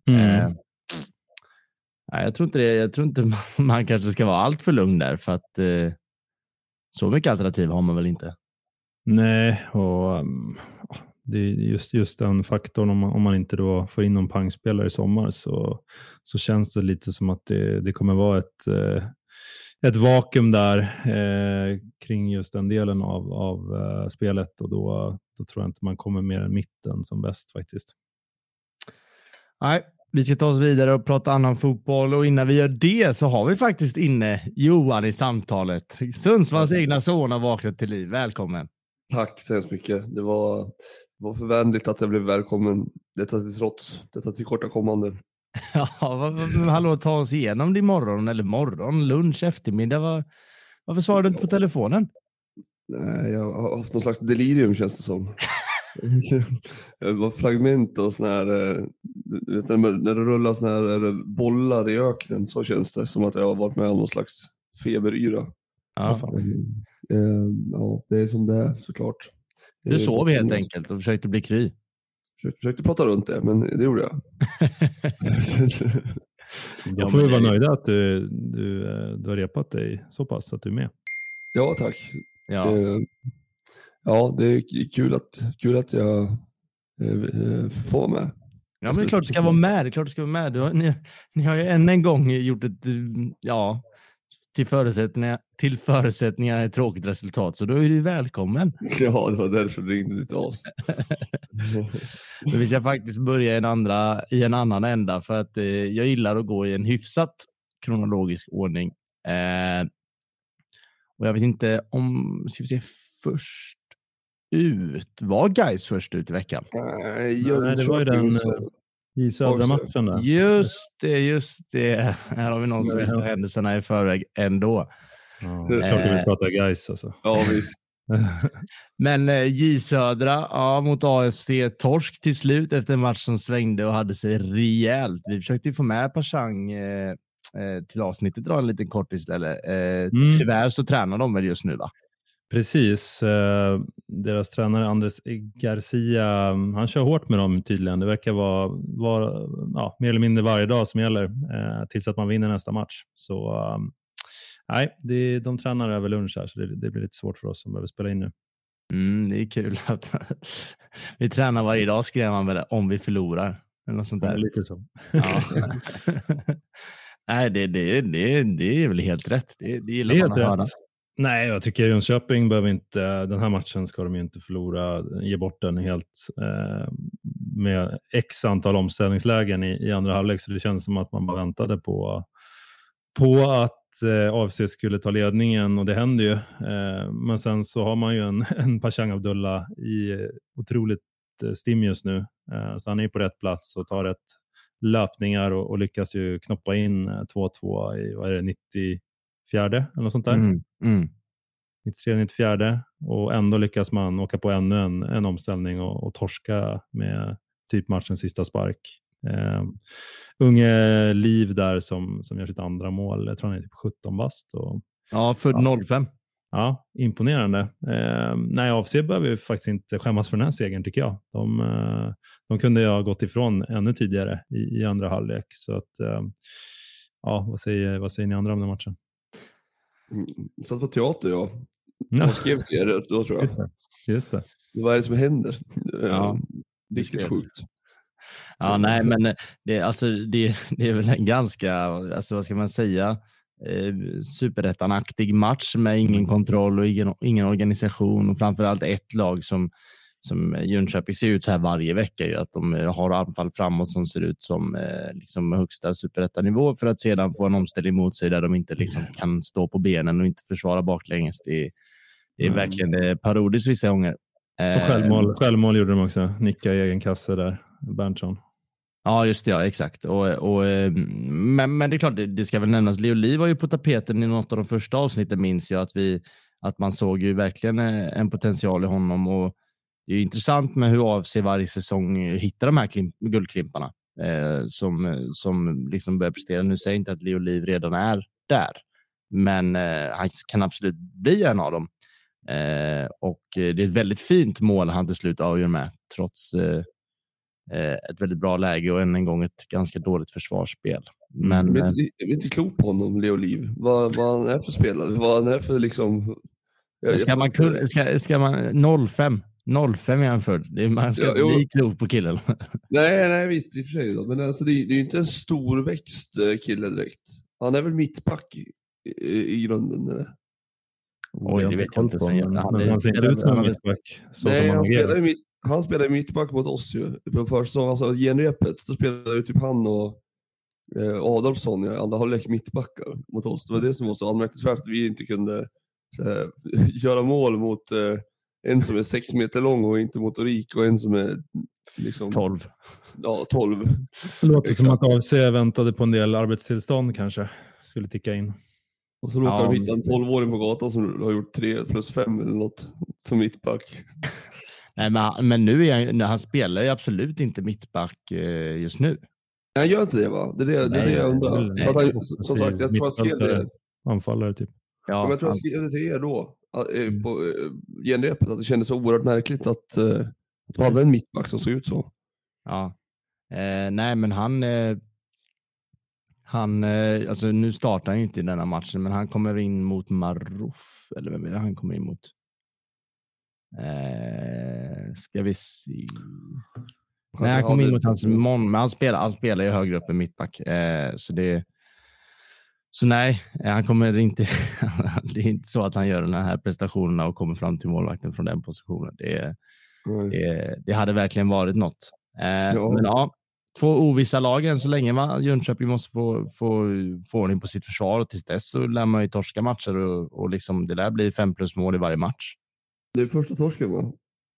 S1: Jag tror inte det. Jag tror inte man kanske ska vara allt för lugn där, för att så mycket alternativ har man väl inte.
S2: Nej, och det är just den faktorn, om man inte då får in någon pangspelare i sommar, så känns det lite som att det kommer vara ett vakuum där kring just den delen av spelet, och då tror jag inte man kommer mer än mitten som bäst faktiskt.
S1: Nej, vi ska ta oss vidare och prata annan fotboll, och innan vi gör det så har vi faktiskt inne Johan i samtalet. Sundsvalls egna son har vaknat till liv. Välkommen.
S4: Tack så hemskt mycket. Det var för vänligt att jag blev välkommen. Detta till trots, detta tillkortakommande.
S1: Ja, hallå, ta oss igenom det morgon, lunch, eftermiddag. Varför svarar du inte på telefonen?
S4: Nej, jag har haft någon slags delirium, känns det som. Det var fragment och sån här, när det rullar såna här bollar i öknen, så känns det som att jag har varit med om någon slags feberyra.
S1: Ja.
S4: Ja, det är som det är, såklart.
S1: Du sov helt enkelt och försökte bli kry.
S4: Försökte prata runt det, men det gjorde jag.
S2: Då får vi vara nöjda att du har repat dig så pass att du är med.
S4: Ja, tack.
S1: Ja.
S4: Ja, det är kul att jag får med.
S1: Ja, men det är klart du ska vara med. Ni har ju än en gång gjort ett, till förutsättningar ett tråkigt resultat, så då är du välkommen.
S4: Ja, det var därför du ringde till oss.
S1: Men vi ska faktiskt börja i en annan ända, för att jag gillar att gå i en hyfsat kronologisk ordning. Och jag vet inte om, ska vi se, först ut. Var Gais först ut i veckan?
S2: Nej, det var ju den i södra matchen där.
S1: Just det. Här har vi någon som vill ta händelserna i förväg ändå.
S2: Ja, klart vi pratar Gais alltså.
S4: Ja, visst.
S1: Men J Södra mot AFC, torsk till slut efter en match som svängde och hade sig rejält. Vi försökte ju få med Pashang till avsnittet, dra en liten kort istället. Tyvärr så tränar de väl just nu, va?
S2: Precis. Deras tränare Andres Garcia, han kör hårt med dem tydligen. Det verkar vara mer eller mindre varje dag som gäller tills att man vinner nästa match. Så nej, de tränar över lunch här, så det blir lite svårt för oss som behöver spela in nu.
S1: Det är kul att vi tränar varje dag, skrev man väl, om vi förlorar. Eller något sånt där.
S2: Ja, lite så.
S1: Ja. Nej, det är väl helt rätt. Det gillar man att höra.
S2: Nej, jag tycker Jönköping behöver inte, den här matchen ska de ju inte förlora, ge bort den helt med x antal omställningslägen i andra halvlek, så det känns som att man bara väntade på att AFC skulle ta ledningen, och det hände ju. Men sen så har man ju en Pashang Abdullah i otroligt stim just nu, så han är på rätt plats och tar rätt löpningar och lyckas ju knoppa in 2-2 i, vad är det, 94 eller något sånt där. 93-94, och ändå lyckas man åka på ännu en omställning och torska med typ matchens sista spark. Unge Liv där som gör sitt andra mål. Jag tror han är typ 17 bast.
S1: Ja, född 05.
S2: Ja, imponerande. Nej, AFC behöver ju faktiskt inte skämmas för den här segern, tycker jag. De kunde ju ha gått ifrån ännu tidigare i andra halvlek. Så att, vad säger ni andra om den matchen?
S4: Satt på teater, ja. Jag skrev till er då, tror jag.
S2: Just det.
S4: Vad är det som händer?
S1: Ja,
S4: riktigt sjukt.
S1: Ja, nej, men det är väl en ganska, alltså vad ska man säga, superettanaktig match med ingen kontroll och ingen organisation, och framförallt ett lag som Jönköping ser ut så här varje vecka, ju att de har anfall framåt som ser ut som liksom högsta superettanivå, för att sedan få en omställning mot sig där de inte liksom kan stå på benen och inte försvara baklänges. Det är verkligen parodiskt vissa gånger.
S2: Och självmål gjorde de också. Nicka i egen kasse där, Berntsson.
S1: Ja, just det, ja, exakt. Men det är klart, det ska väl nämnas. Leo Li var ju på tapeten i något av de första avsnitten, minns jag, att man såg ju verkligen en potential i honom, och det är intressant med hur AFC varje säsong hittar de här guldklimparna som liksom börjar prestera. Nu säger jag inte att Leo Liv redan är där, men han kan absolut bli en av dem. Och det är ett väldigt fint mål han till slut avgör med, trots ett väldigt bra läge och än en gång ett ganska dåligt försvarsspel. Men
S4: Jag är inte klok på honom, Leo Liv. Vad han är för spelare? Vad han är för liksom...
S1: Ska man 05 är han född. Man ska bli klok på killen.
S4: Nej, visst i och för sig. Då. Men alltså, det är ju inte en storväxt kille direkt. Han är väl mittback i grunden, eller?
S1: Oj, det vet jag inte.
S2: Han ser inte ut som en mittback.
S4: Han spelar mittback mot oss ju. På första alltså genrepet, då spelade ju typ han och Adolfsson i andra halvlek mittbackar mot oss. Det var det som var så anmärkningsvärt att vi inte kunde göra mål mot en som är 6 meter lång och inte motorik och en som är liksom
S1: 12.
S4: Ja, 12.
S2: Det låter som att AFC väntade på en del arbetstillstånd kanske skulle ticka in.
S4: Och så råkar de hitta en 12-åring på gatan som har gjort 3+5 eller något som mittback.
S1: Nej, men nu är han spelar ju absolut inte mittback just nu.
S4: Han gör inte det, va? Det är det jag undrar. Så att han, som sagt, jag tror jag skrev det.
S2: Anfallare typ.
S4: Ja, men jag tror jag skrev det till er då. På genrepet, att det kändes så oerhört märkligt att de hade en mittback som såg ut så.
S1: Ja. Nej, men han alltså nu startar han ju inte i denna matchen, men han kommer in mot Maruf, eller vem är det han kommer in mot? Ska vi se. Nej, han kommer in mot hans men han spelar ju högre upp än mittback. Så nej, han kommer inte det är inte så att han gör den här prestationerna och kommer fram till målvakten från den positionen. Det hade verkligen varit något. Men ja, 2 ovissa lag än så länge, va? Jönköping måste få ordning på sitt försvar och tills dess så lär man ju torska matcher och liksom det där blir 5+ mål i varje match.
S4: Det är första torsken, va?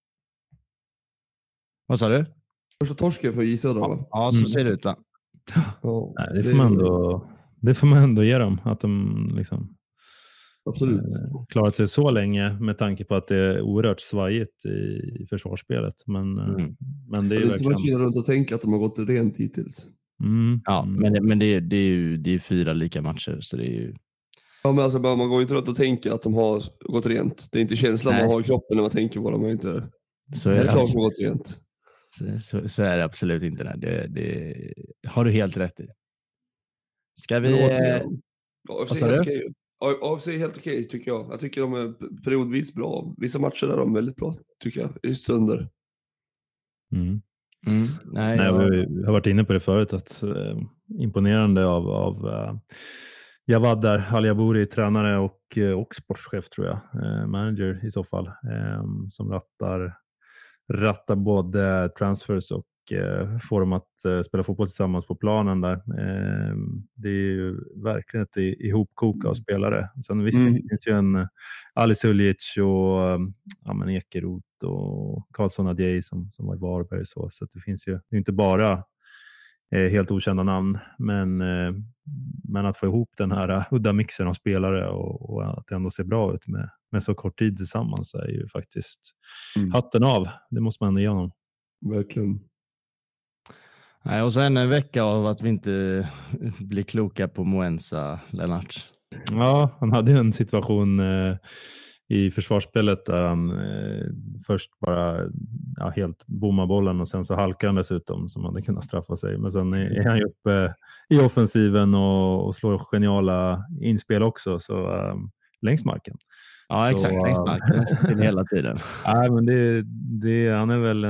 S1: Vad sa du?
S4: Första torsken för J Södra, va?
S1: Ja, så ser det ut, va?
S2: Ja, nej, det får man ändå ge dem, att de liksom
S4: absolut
S2: klarat sig så länge med tanke på att det är oerhört svajigt i försvarsspelet. Men det är ju
S4: verkligen... inte man känner runt och tänker att de har gått rent hittills.
S1: Ja, men det är ju 4 lika matcher, så det är ju...
S4: Ja, men alltså, man går inte runt och tänker att de har gått rent. Det är inte känslan man har i kroppen när man tänker på dem. Inte...
S1: Så är det
S4: klart de har gått rent.
S1: Så är det absolut inte. Det har du helt rätt i. Ska vi...
S4: AFC är helt okej, tycker jag. Jag tycker de är periodvis bra. Vissa matcher är de väldigt bra, tycker jag. I stunder.
S2: Nej, vi har varit inne på det förut. Att imponerande av Javad där, Al-Jabouri, tränare och sportchef tror jag. Manager i så fall. Som rattar både transfers och får dem att spela fotboll tillsammans på planen där. Det är ju verkligen ett ihopkok av spelare. Sen visst, det finns ju en Ali Suljic och Ekeroth och Karlsson Adjei som var i Varberg. Så att det finns ju, det är inte bara helt okända namn, men att få ihop den här udda mixen av spelare och att det ändå ser bra ut med så kort tid tillsammans är ju faktiskt hatten av. Det måste man ändå ge honom.
S4: Verkligen.
S1: Nej, och så en vecka av att vi inte blir kloka på Moensa, Lennart.
S2: Ja, han hade ju en situation i försvarsspelet där han först bara helt bommar bollen och sen så halkar han dessutom som hade kunnat straffa sig. Men sen är han ju uppe i offensiven och slår geniala inspel också, så längs marken.
S1: Ja, exakt. Längs marken hela tiden.
S2: Nej, men han är väl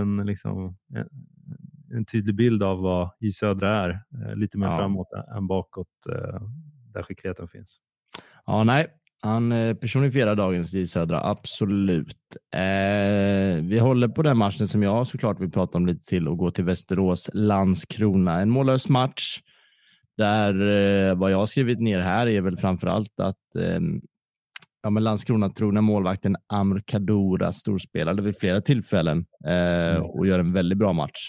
S2: en tydlig bild av vad J Södra är. Lite mer framåt än bakåt där skickligheten finns.
S1: Ja, nej. Han personifierar dagens J Södra, absolut. Vi håller på den matchen som jag såklart vill prata om lite till och gå till Västerås Landskrona. En mållös match där vad jag har skrivit ner här är väl framförallt att men Landskrona trogna målvakten Amr Kadura storspelade vid flera tillfällen och gör en väldigt bra match.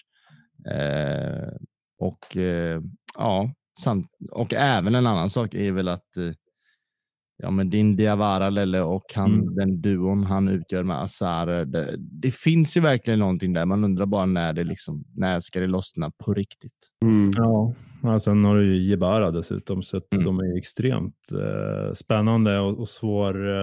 S1: Och även en annan sak är väl att men din Diawara Lelle och den duon han utgör med Azar, det finns ju verkligen någonting där. Man undrar bara när ska det lossna på riktigt.
S2: Ja, sen har du ju Jebara dessutom, så att de är extremt spännande och svår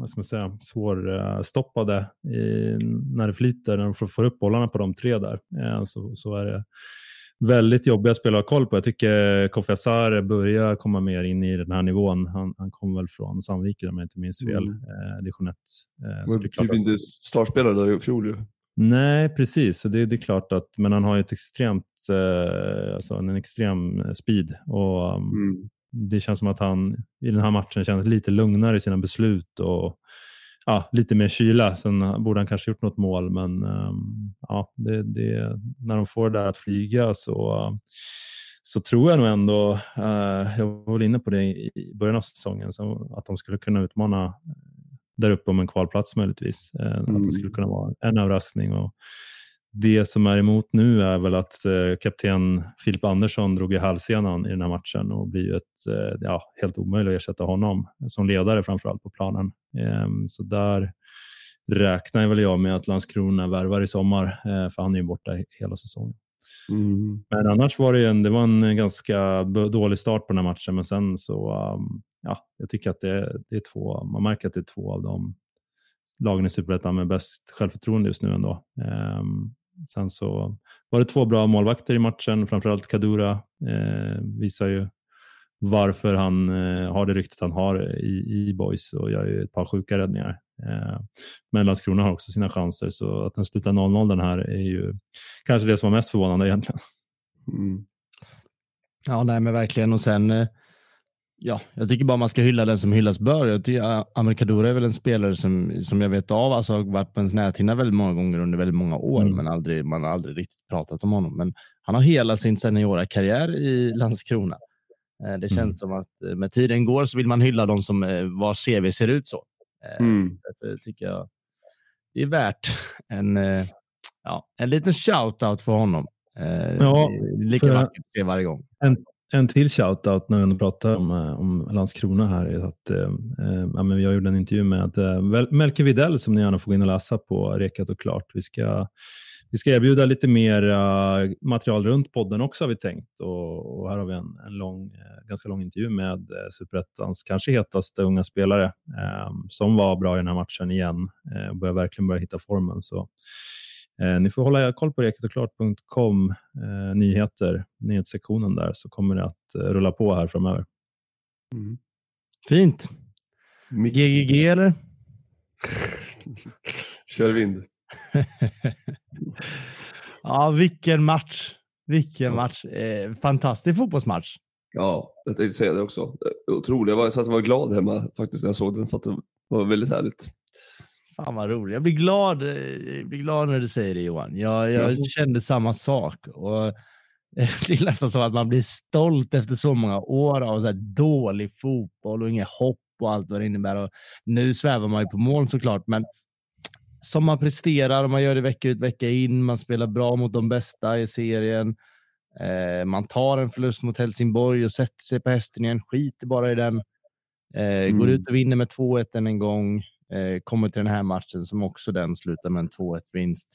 S2: vad ska man säga, svårstoppade när det flyter, när de får upp bollarna på de 3 där. Så är det väldigt jobbiga spelare att ha koll på. Jag tycker Kofi Asare börjar komma mer in i den här nivån. Han kom väl från Sandviken om jag inte minns fel. Division 1.
S4: Men typ inte startspelare där i fjol ju.
S2: Nej, precis. Så det är klart att, men han har ju ett extremt, en extrem speed. Och det känns som att han i den här matchen känns lite lugnare i sina beslut och lite mer kyla. Sen borde han kanske gjort något mål, men det, när de får det där att flyga så tror jag nog ändå, jag var inne på det i början av säsongen, så att de skulle kunna utmana där uppe om en kvalplats möjligtvis. Att det skulle kunna vara en överraskning. Och det som är emot nu är väl att kapten Filip Andersson drog i halssenan i den här matchen och blir ju helt omöjligt att ersätta honom som ledare framförallt på planen. Så där räknar väl jag med att Landskrona värvar i sommar, för han är ju borta hela säsongen. Men annars var det var en ganska dålig start på den här matchen, men sen så jag tycker att det är två, man märker att det är två av de lagen i Superettan med bäst självförtroende just nu ändå. Sen så var det 2 bra målvakter i matchen, framförallt Kadura visar ju varför han har det ryktet han har i Boys och gör ju ett par sjuka räddningar. Men Landskrona har också sina chanser, så att den slutar 0-0 den här är ju kanske det som var mest förvånande egentligen.
S1: Ja, nej men verkligen. Och sen jag tycker bara man ska hylla den som hyllas bör. Jag tycker Amir Kadura är väl en spelare som jag vet av, alltså har varit på ens näthinna väldigt många gånger under väldigt många år, men man har aldrig riktigt pratat om honom. Men han har hela sin seniora karriär i Landskrona. Det känns som att med tiden går så vill man hylla dem som var CV ser ut så. Det tycker jag det är värt en liten shout-out för honom. Lika vackert att se varje gång.
S2: En till shoutout när vi ändå pratar om Landskrona här är att jag gjorde en intervju med Melke Videll som ni gärna får gå in och läsa på Rekat och Klart. Vi ska erbjuda lite mer material runt podden också har vi tänkt, och här har vi en ganska lång intervju med Superettans kanske hetaste unga spelare som var bra i den här matchen igen och verkligen börja hitta formen, så ni får hålla koll på rekatoklart.com nyhetssektionen där, så kommer det att rulla på här framöver.
S1: Fint. GGG eller?
S4: Kör vind.
S1: Ja, vilken match. Fantastisk fotbollsmatch.
S4: Ja, jag tänkte säga det också. Otroligt. Jag var glad hemma faktiskt när jag såg den, för att det var väldigt härligt.
S1: Fan vad roligt. Jag blir glad när du säger det, Johan. Jag kände samma sak. Och det är nästan så att man blir stolt efter så många år av så här dålig fotboll och inget hopp och allt vad det innebär. Och nu svävar man ju på mål såklart, men som man presterar och man gör det vecka ut vecka in, man spelar bra mot de bästa i serien, man tar en förlust mot Helsingborg och sätter sig på hästen igen, skiter bara i den, går ut och vinner med 2-1 en gång, kommer till den här matchen som också den slutar med en 2-1 vinst.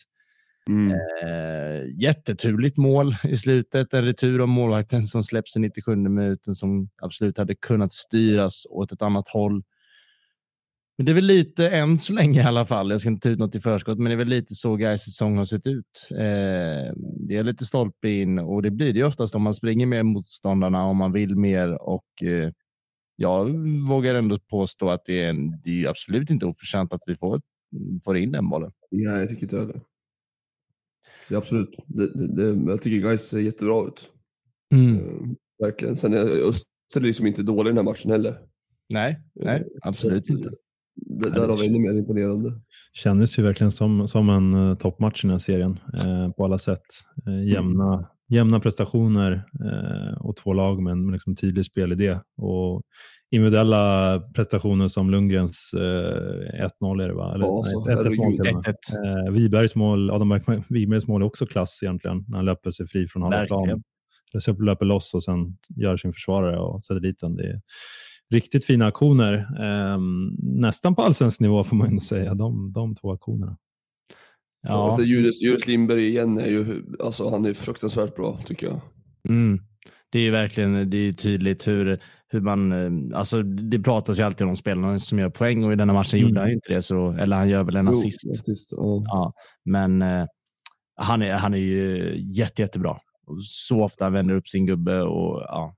S1: Jätteturligt mål i slutet, en retur av målvakten som släpps i 97 minuten som absolut hade kunnat styras åt ett annat håll. Men det är väl lite, än så länge i alla fall, jag ska inte ta ut något i förskott, men det är väl lite så Gais säsong har sett ut. Det är lite stolpe in, och det blir det ju oftast om man springer med motståndarna, om man vill mer, och jag vågar ändå påstå att det är ju absolut inte oförtjänt att vi får in den bollen.
S4: Ja, jag tycker inte det. Det är absolut. Jag tycker Gais ser jättebra ut. Verkligen. Sen är Öster liksom inte dålig i den här matchen heller.
S1: Nej, absolut inte.
S4: Där har vi ännu mer imponerande.
S2: Kändes ju verkligen som en toppmatch i den här serien på alla sätt. Jämna prestationer och 2 lag med en liksom tydlig spelidé. Och individuella prestationer som Lundgrens 1-0 är det va? Eller 1-1. Wibergs mål, Adam Wibergs mål är också klass egentligen när han löper sig fri från halva plan. Löper loss och sen gör sin försvarare och sätter dit den. Det är riktigt fina aktioner. Nästan på allsvensk nivå får man ju säga, de 2 aktionerna.
S4: Ja. Alltså, Julius Lindberg igen är ju, alltså han är fruktansvärt bra tycker jag.
S1: Det är ju verkligen, det är tydligt hur man, alltså det pratas ju alltid om spelarna som gör poäng och i denna matchen gjorde han ju inte det, så, eller han gör väl en assist. Ja, men han är ju jättebra. Och så ofta han vänder upp sin gubbe och ja.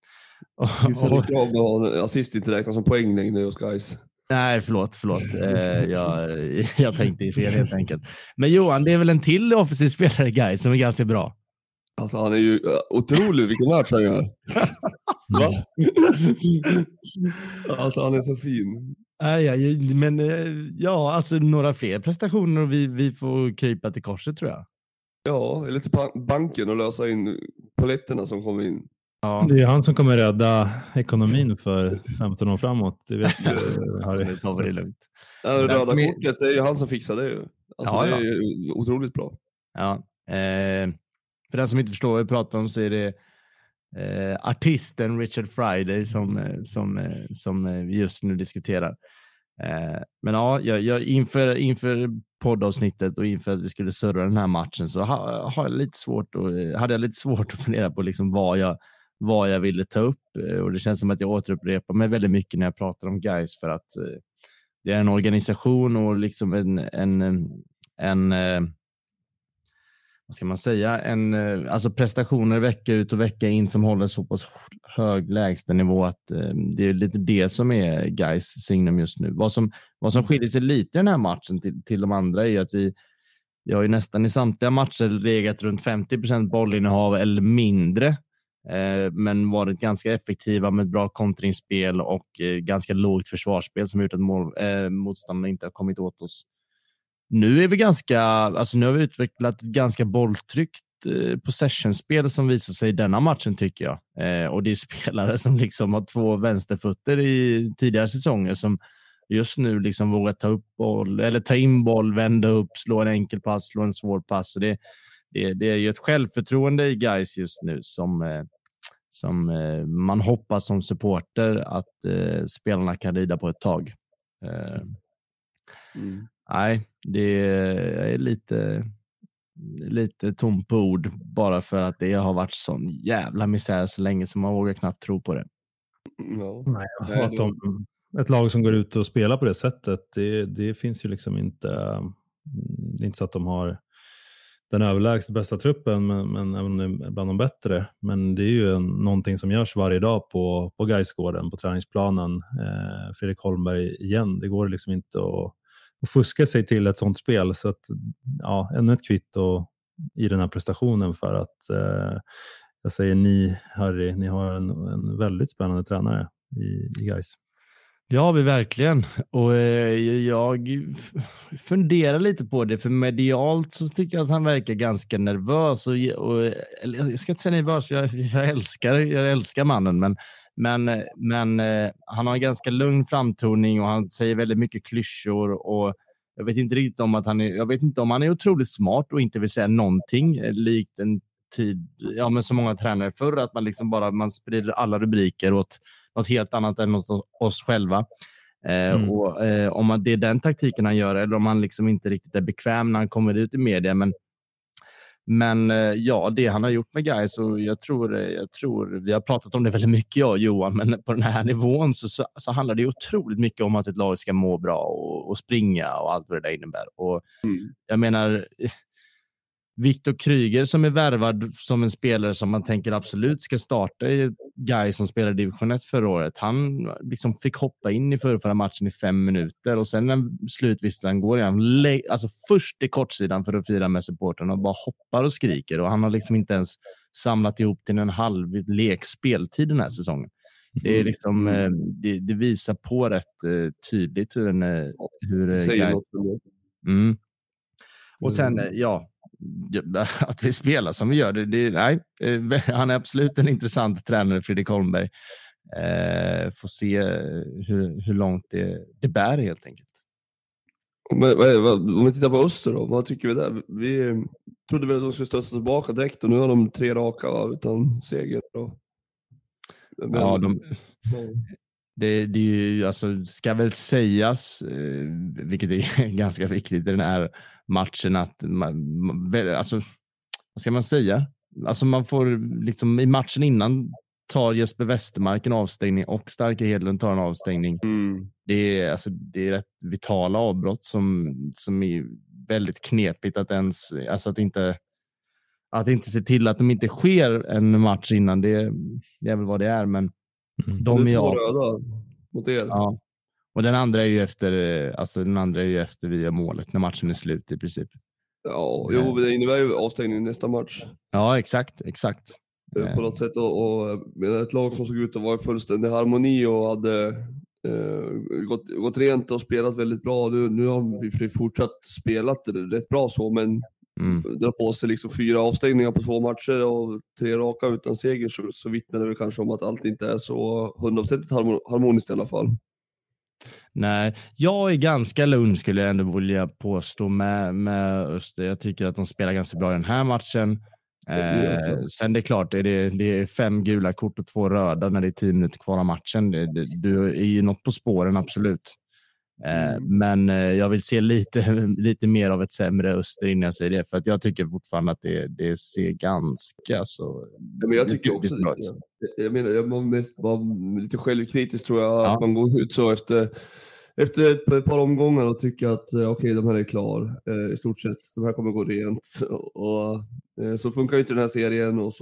S4: Assist inte räknas som poäng längre hos guys.
S1: Nej, förlåt. Jag tänkte fel helt enkelt. Men Johan, det är väl en till offensiv spelare, guys, som är ganska bra.
S4: Alltså han är ju otrolig vilken match han gör. Va? Alltså han är så fin.
S1: Men ja, alltså några fler prestationer och vi får krypa till korset tror jag.
S4: Ja, eller till banken och lösa in poletterna som kommer in.
S2: Ja. Det är han som kommer rädda ekonomin för 15 år framåt. Det vet Harry.
S1: Det tar vi det lugnt.
S4: Röda kortet, det är ju han som fixar det. Alltså det är otroligt bra.
S1: Ja. För den som inte förstår vad vi pratar om så är det artisten Richard Friday som vi just nu diskuterar. Men ja, jag inför poddavsnittet och inför att vi skulle surra den här matchen så hade jag lite svårt att fundera på liksom vad jag ville ta upp, och det känns som att jag återupprepar mig väldigt mycket när jag pratar om guys, för att det är en organisation och liksom en vad ska man säga, alltså prestationer vecka ut och vecka in som håller så pass hög lägstanivå att det är lite det som är guys signum just nu. Vad som skiljer sig lite i den här matchen till de andra är att vi har ju nästan i samtliga matcher legat runt 50% bollinnehav eller mindre, men varit ganska effektiva med bra kontringsspel och ganska lågt försvarsspel som gjort att motståndarna inte har kommit åt oss. Nu är vi nu har vi utvecklat ett ganska bolltryckt possessionspel som visar sig i denna matchen tycker jag. Och det är spelare som liksom har 2 vänsterfötter i tidigare säsonger som just nu liksom vågar ta upp boll eller ta in boll, vända upp, slå en enkel pass, slå en svår pass. Så det är ju ett självförtroende i guys just nu som man hoppas som supporter att spelarna kan rida på ett tag. Nej, det är lite tom på ord bara för att det har varit sån jävla misär så länge som man vågar knappt tro på det.
S4: No.
S2: Nej, ett lag som går ut och spelar på det sättet, det finns ju liksom inte, det är inte så att de har den överlägset bästa truppen, men även bland de bättre. Men det är ju någonting som görs varje dag på Gaisgården, på träningsplanen. Fredrik Holmberg igen, det går liksom inte att fuska sig till ett sånt spel. Så att, ja, ännu ett kvitto i den här prestationen för att jag säger ni, Harry, ni har en väldigt spännande tränare i Gais.
S1: Det har vi verkligen. Och jag funderar lite på det, för medialt så tycker jag att han verkar ganska nervös. Och jag ska inte säga nervös, jag älskar mannen, men han har en ganska lugn framtoning och han säger väldigt mycket klyschor, och jag vet inte riktigt om han är otroligt smart och inte vill säga någonting likt en tid, ja, men så många tränare förr, att man liksom man sprider alla rubriker åt något helt annat än åt oss själva. Och om det är den taktiken han gör, eller om han liksom inte riktigt är bekväm när han kommer ut i media, men ja, det han har gjort med guys, och jag tror vi har pratat om det väldigt mycket, jag och Johan, men på den här nivån så handlar det otroligt mycket om att ett lag ska må bra och springa och allt vad det där innebär. Och jag menar, Viktor Kryger som är värvad som en spelare som man tänker absolut ska starta i Gais som spelade division 1 förra året. Han liksom fick hoppa in i förra matchen i 5 minuter, och sen när slutvisslan går igen, alltså först i kortsidan för att fira med supporterna och bara hoppar och skriker, och han har liksom inte ens samlat ihop till en halv lekspeltid den här säsongen. Det är liksom det visar på rätt tydligt hur Gais. Och sen att vi spelar som vi gör, han är absolut en intressant tränare, Fredrik Holmberg. Får se hur långt det bär helt enkelt.
S4: Om vi tittar på Öster då, vad tycker vi där? Vi trodde väl att de skulle stöta tillbaka direkt, och nu har de 3 raka utan seger då.
S1: Det är ju, alltså, ska väl sägas, vilket är ganska viktigt i den här matchen, att alltså, vad ska man säga? alltså man får liksom i matchen innan tar Jesper Westermark en avstängning och Starke Hedlund tar en avstängning. Det är rätt vitala avbrott som är väldigt knepigt att ens, alltså att inte se till att de inte sker en match innan. Det är väl vad det är, men de
S4: det är
S1: är
S4: 2 röda mot er.
S1: Ja. Och den andra är ju efter vi gör målet när matchen är slut i princip.
S4: Ja, det innebär ju avstängning nästa match.
S1: Ja, exakt.
S4: På något sätt och med ett lag som såg ut att vara i fullständig harmoni och hade gått rent och spelat väldigt bra. Nu har vi fortsatt spelat rätt bra så, men dra på sig liksom 4 avstängningar på 2 matcher och 3 raka utan seger, så vittnar det kanske om att allt inte är så 100% harmoniskt i alla fall.
S1: Nej, jag är ganska lugn skulle jag ändå vilja påstå med Öster. Jag tycker att de spelar ganska bra i den här matchen. Sen det är klart, det är 5 gula kort och 2 röda när det är 10 minuter kvar av matchen. Du är ju något på spåren, absolut. Men jag vill se lite mer av ett sämre Öster innan jag säger det, för att jag tycker fortfarande att det ser ganska så.
S4: Men jag tycker också jag menar, jag var mest lite självkritisk tror jag, att man går ut så efter ett par omgångar och tycker att okej, de här är klar i stort sett, de här kommer gå rent och så funkar ju inte den här serien, och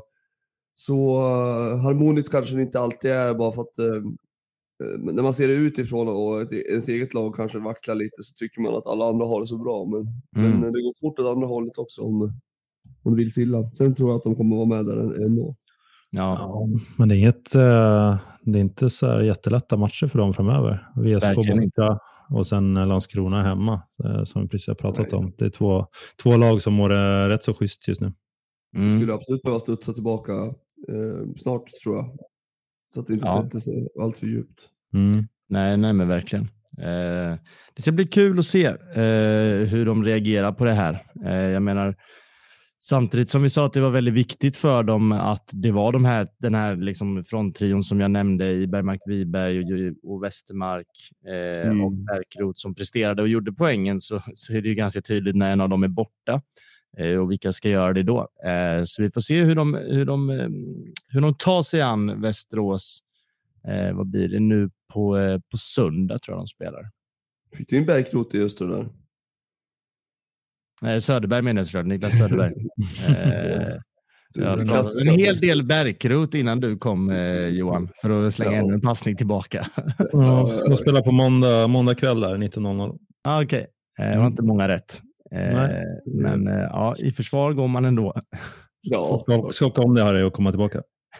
S4: så harmoniskt kanske det inte alltid är, bara för att när man ser det utifrån och ens eget lag kanske vacklar lite, så tycker man att alla andra har det så bra, men det går fort åt andra hållet också om det vill silla. Sen tror jag att de kommer vara med där ändå.
S2: Ja, men det är inte så här jättelätta matcher för dem framöver. VSK borta och sen Landskrona hemma, som vi precis har pratat om. Det är två lag som mår rätt så schysst just nu.
S4: Skulle absolut behöva studsa tillbaka snart tror jag. Så att det inte sätter sig allt för djupt.
S1: Nej, men verkligen. Det ska bli kul att se hur de reagerar på det här. Jag menar, samtidigt som vi sa att det var väldigt viktigt för dem att det var den här liksom fronttrion som jag nämnde i Bergmark Wiberg och Westermark och Bärkroth som presterade och gjorde poängen, så är det ju ganska tydligt när en av dem är borta. Och vilka ska göra det då? Så vi får se hur de tar sig an Västerås. Vad blir det nu på söndag tror jag de spelar.
S4: Fick du in Bärkroth i Öster där?
S1: Söderberg menar jag såklart, Niklas Söderberg. En hel del Bärkroth innan du kom, Johan, för att slänga ännu en passning tillbaka.
S2: De spelar på måndag kväll där, 19:00.
S1: Okej. Det var inte många rätt. Men i försvar går man ändå.
S2: Skaka om det här och komma tillbaka.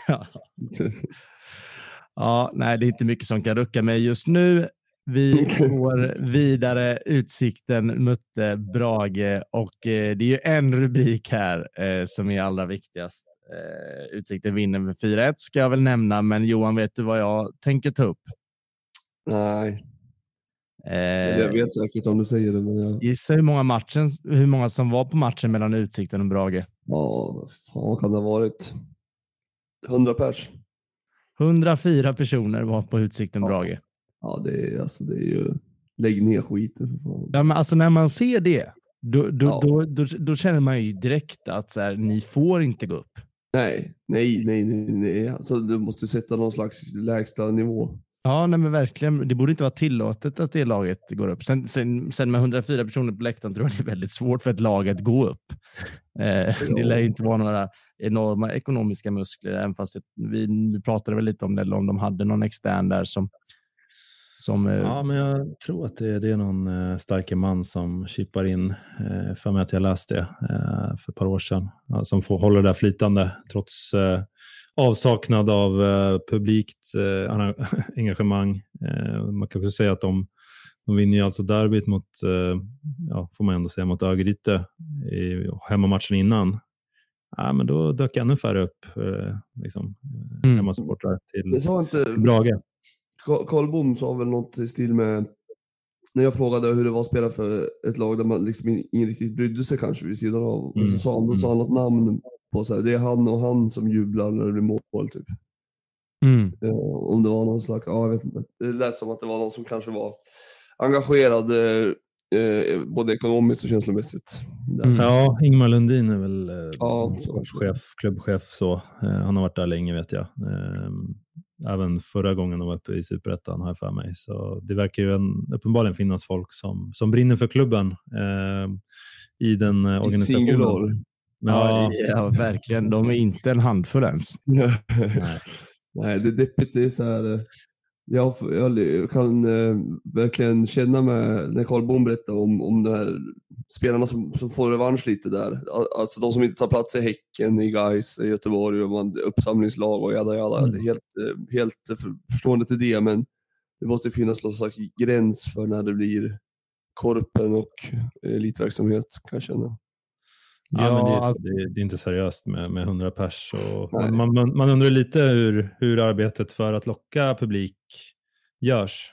S1: Nej, det är inte mycket som kan rucka mig just nu. Vi går vidare. Utsikten mötte Brage och det är ju en rubrik här som är allra viktigast. Utsikten vinner med 4-1 ska jag väl nämna, men Johan, vet du vad jag tänker ta upp?
S4: Nej. Jag vet säkert om du säger det, men jag...
S1: Gissa hur många som var på matchen mellan Utsikten och Brage?
S4: Ja, vad kan det ha varit? 100 pers.
S1: 104 personer var på Utsikten Brage.
S4: Ja, det är ju lägg ner skiten för fan.
S1: Ja, men alltså när man ser det då känner man ju direkt att så här, ni får inte gå upp.
S4: Nej. Alltså du måste sätta någon slags lägsta nivå.
S1: Ja, nej men verkligen. Det borde inte vara tillåtet att det laget går upp. Sen med 104 personer på läktaren tror jag det är väldigt svårt för ett lag att gå upp. Det lär ju inte vara några enorma ekonomiska muskler, även fast vi pratade väl lite om det, eller om de hade någon extern där som
S2: Ja, men jag tror att det är någon starke man som chippar in, för mig att jag läste för ett par år sedan, som får hålla det där flytande trots avsaknad av publikt engagemang. Man kan också säga att de vinner ju alltså derbyt mot, får man ändå säga, mot Örgryte i hemmamatchen innan. Ja, men då dök ännu färre upp hemmasupportrar till Brage.
S4: Carl Bom sa väl något i stil med, när jag frågade hur det var att spela för ett lag där man liksom inte riktigt brydde sig kanske vid sidan av, och så sa han något namn på så här, det är han och han som jublar när det blir mål typ. Om det var någon slags, jag vet inte, det lät som att det var någon som kanske var engagerad både ekonomiskt och känslomässigt.
S2: Ja, Ingmar Lundin är väl klubbchef så. Han har varit där länge vet jag. Även förra gången de var uppe i Superettan har jag för mig. Så det verkar ju uppenbarligen finnas folk som brinner för klubben i den organisationen.
S1: Ja, verkligen. De är inte en handfull ens.
S4: Nej, det är deppigt. Det är så här... Jag kan verkligen känna med när Carl Bohm berättar om de här spelarna som får revansch lite där. Alltså de som inte tar plats i Häcken, i Gais, i Göteborg och uppsamlingslag och jada. Det är helt förstående till det, men det måste finnas någon slags gräns för när det blir korpen och elitverksamhet, kan jag känna.
S2: Ja, men det är inte seriöst med 100 pers. Och man undrar lite hur arbetet för att locka publik görs.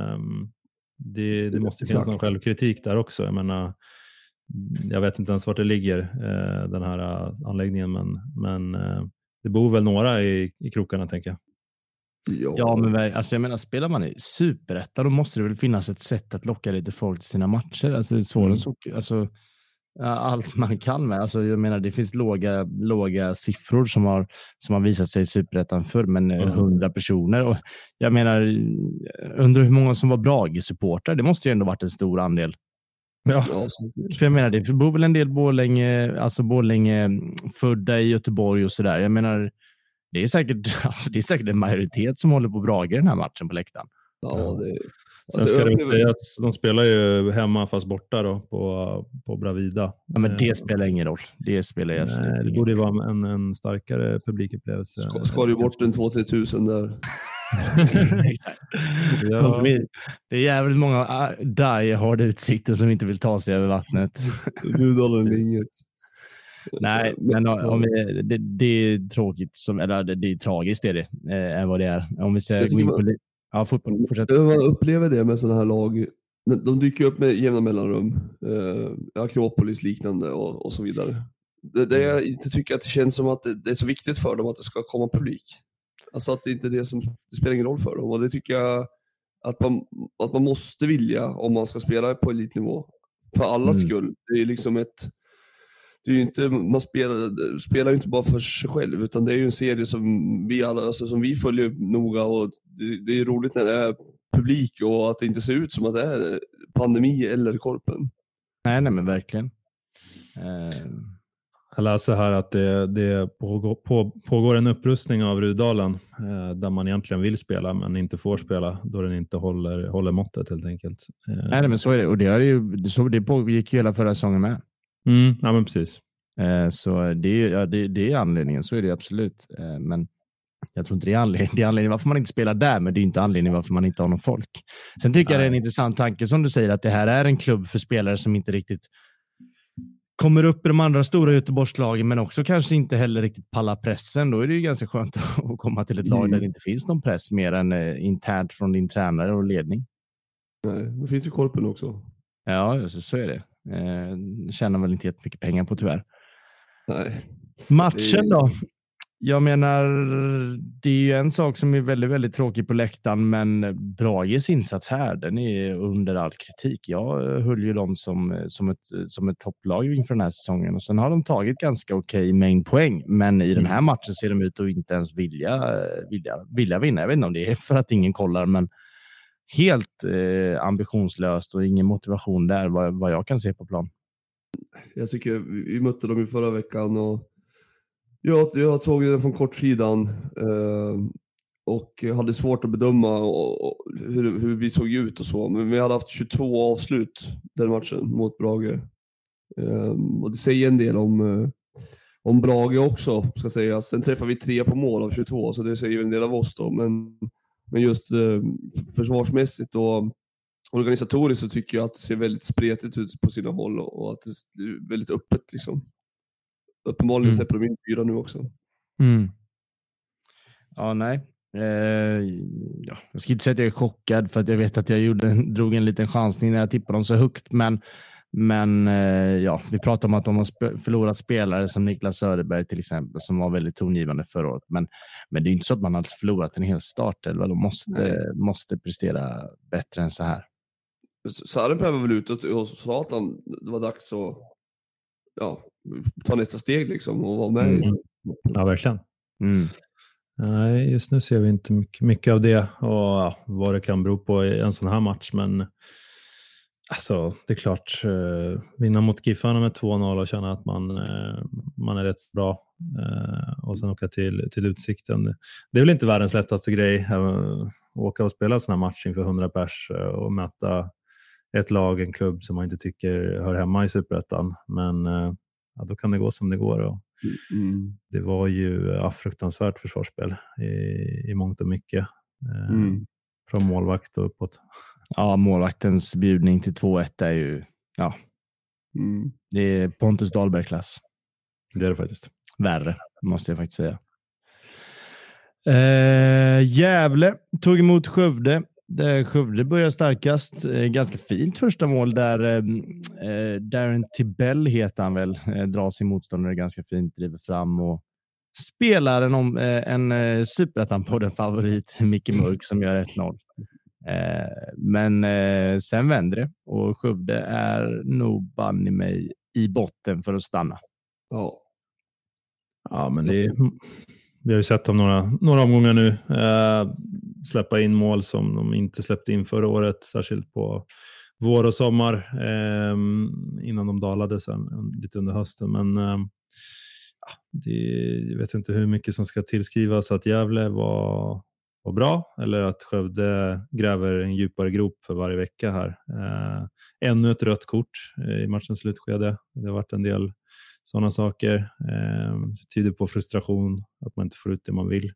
S2: Det måste finnas någon självkritik där också. Jag menar, jag vet inte ens vart det ligger, den här anläggningen, men det bor väl några i krokarna, tänker jag.
S1: Ja, men alltså jag menar, spelar man i Superettan, då måste det väl finnas ett sätt att locka lite folk till sina matcher. Alltså, allt man kan med. Alltså, jag menar, det finns låga siffror som har visat sig i Superettan förr, men 100 personer. Och jag menar, undrar hur många som var Brage-supportrar. Det måste ju ändå varit en stor andel. Ja, för jag menar, det bor väl en del Borlänge födda i Göteborg och sådär. Jag menar, det är säkert en majoritet som håller på Brage i den här matchen på läktaren.
S4: Ja, det
S2: Sen ska det säga att de spelar ju hemma fast borta då på Bravida.
S1: Ja, men det spelar ingen roll. Det spelar absolut ingen roll.
S2: Det borde ju vara en starkare publikupplevelse.
S4: Ska du bort en 2-3 tusen där?
S1: Ja. Det är jävligt många die-hard utsikter som inte vill ta sig över vattnet.
S4: Rudolf inget.
S1: Nej, men det är tråkigt. Det är tragiskt är det. Är vad det är. Om vi säger gå in på fotboll. Fortsätt.
S4: Man upplever det med sådana här lag. De dyker upp med jämna mellanrum. Akropolis liknande och så vidare. Det jag inte tycker att det känns som att det är så viktigt för dem att det ska komma publik. Alltså att det inte är det som det spelar ingen roll för dem. Och det tycker jag att man måste vilja om man ska spela på elitnivå. För allas skull. Det är liksom det är ju inte, man spelar ju inte bara för sig själv, utan det är ju en serie som vi alla, alltså som vi följer noga, och det är roligt när det är publik och att det inte ser ut som att det är pandemi eller korpen.
S1: Nej men verkligen.
S2: Jag läser här att det pågår en upprustning av Rudalen där man egentligen vill spela men inte får spela då den inte håller måttet helt enkelt.
S1: Nej men så är det, och det pågick ju hela förra säsongen med.
S2: Ja men precis.
S1: Så det är anledningen, så är det absolut. Men jag tror inte det är anledningen varför man inte spelar där, men det är inte anledningen varför man inte har någon folk. Sen tycker jag det är en intressant tanke som du säger, att det här är en klubb för spelare som inte riktigt kommer upp i de andra stora Göteborgslagen, men också kanske inte heller riktigt pallar pressen. Då är det ju ganska skönt att komma till ett lag där det inte finns någon press mer än internt från din tränare och ledning.
S4: Nej, det finns ju korpen också.
S1: Ja, så är det. Tjänar väl inte jättemycket pengar på tyvärr.
S4: Nej.
S1: Matchen då? Jag menar, det är ju en sak som är väldigt, väldigt tråkig på läktaren, men Brages insats här, den är under all kritik. Jag höll ju dem som ett topplag inför den här säsongen, och sen har de tagit ganska okej mängd poäng, men i den här matchen ser de ut att inte ens vilja vinna. Jag vet inte om det är för att ingen kollar, men helt ambitionslöst och ingen motivation där vad jag kan se på plan.
S4: Jag tycker vi mötte dem i förra veckan och jag såg den från kortsidan och hade svårt att bedöma hur vi såg ut och så. Men vi hade haft 22 avslut den matchen mot Brage. Och det säger en del om Brage också, ska säga. Sen träffar vi 3 på mål av 22, så det säger en del av oss då. Men just försvarsmässigt och organisatoriskt så tycker jag att det ser väldigt spretigt ut på sina håll och att det är väldigt öppet liksom. Uppenbarligen släpper de in 4 nu också.
S1: Ja, nej. Jag ska inte säga att jag är chockad, för att jag vet att jag drog en liten chansning när jag tippade dem så högt, men vi pratar om att de har förlorat spelare som Niklas Söderberg till exempel, som var väldigt tongivande förra året, men det är inte så att man har förlorat en hel start, eller de måste prestera bättre än så här.
S4: Sarenpää var väl ute och sa att det var dags att ta nästa steg liksom och vara med.
S2: Ja, verkligen. Nej, just nu ser vi inte mycket av det och vad det kan bero på i en sån här match, men alltså, det är klart, vinna mot Giffarna med 2-0 och känna att man är rätt bra och sen åka till Utsikten. Det är väl inte världens lättaste grej att åka och spela sån här match inför 100 pers och möta ett lag, en klubb som man inte tycker hör hemma i Superettan. Men då kan det gå som det går. Och det var ju fruktansvärt försvarsspel i mångt och mycket. Från målvakt och uppåt.
S1: Ja, målvaktens bjudning till 2-1 är ju, det är Pontus Dahlberg-klass.
S2: Det är det faktiskt.
S1: Värre, måste jag faktiskt säga. Gävle tog emot Skövde. Skövde börjar starkast. Ganska fint första mål där Darren Tibell heter han väl. Drar sin motståndare ganska fint, driver fram och spelar en Superettan-podden favorit, Micke Mörk, som gör 1-0. Men sen vänder det och Skövde är nog banne mig i botten för att stanna.
S2: Ja, men vi har ju sett dem några omgångar nu släppa in mål som de inte släppte in förra året, särskilt på vår och sommar innan de dalade sen lite under hösten. Men jag vet inte hur mycket som ska tillskrivas att Gävle var bra eller att Skövde gräver en djupare grop för varje vecka här. Ännu ett rött kort i matchens slutskede. Det har varit en del sådana saker. Tyder på frustration, att man inte får ut det man vill.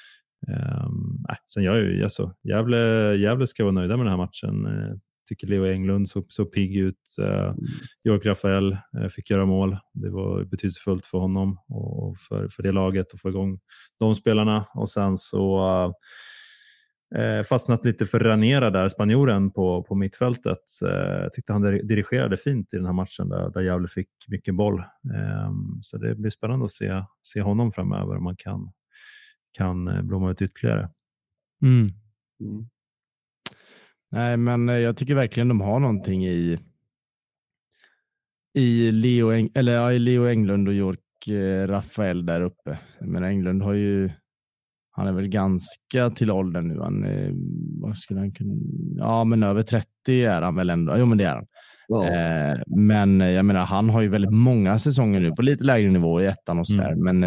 S2: Sen Gävle ska vara nöjda med den här matchen. Tycker Leo Englund så pigg ut. Jörg Rafael fick göra mål. Det var betydelsefullt för honom och för det laget att få igång de spelarna. Och sen så fastnat lite för Ranera där, spanjoren på mittfältet. Tyckte han dirigerade fint i den här matchen där Gävle fick mycket boll. Så det blir spännande att se honom framöver om man kan blomma ut ytterligare.
S1: Nej, men jag tycker verkligen de har någonting i Leo Englund och Jörg Rafael där uppe. Men Englund han är väl ganska till åldern nu. Vad skulle han kunna? Ja, men över 30 är han väl ändå. Jo, men det är han. Men jag menar, han har ju väldigt många säsonger nu på lite lägre nivå i ettan och sådär. Men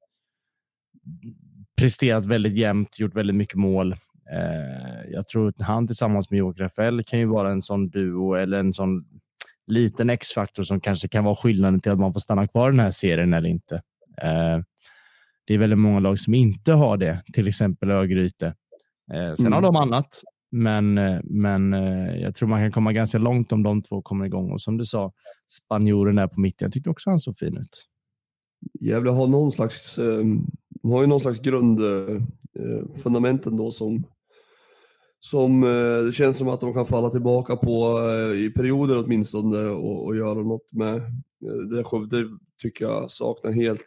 S1: presterat väldigt jämnt, gjort väldigt mycket mål. Jag tror att han tillsammans med Jörg Rafael kan ju vara en sån duo eller en sån liten X-faktor som kanske kan vara skillnaden till att man får stanna kvar i den här serien eller inte. Det är väldigt många lag som inte har det, till exempel Örgryte. Sen har de annat, men jag tror man kan komma ganska långt om de två kommer igång. Och som du sa, spanjoren där på mitten, jag tyckte också han såg fin ut.
S4: Gävle har någon slags grundfundament ändå som det känns som att de kan falla tillbaka på i perioder åtminstone och göra något med. Det Skövde tycker jag saknar helt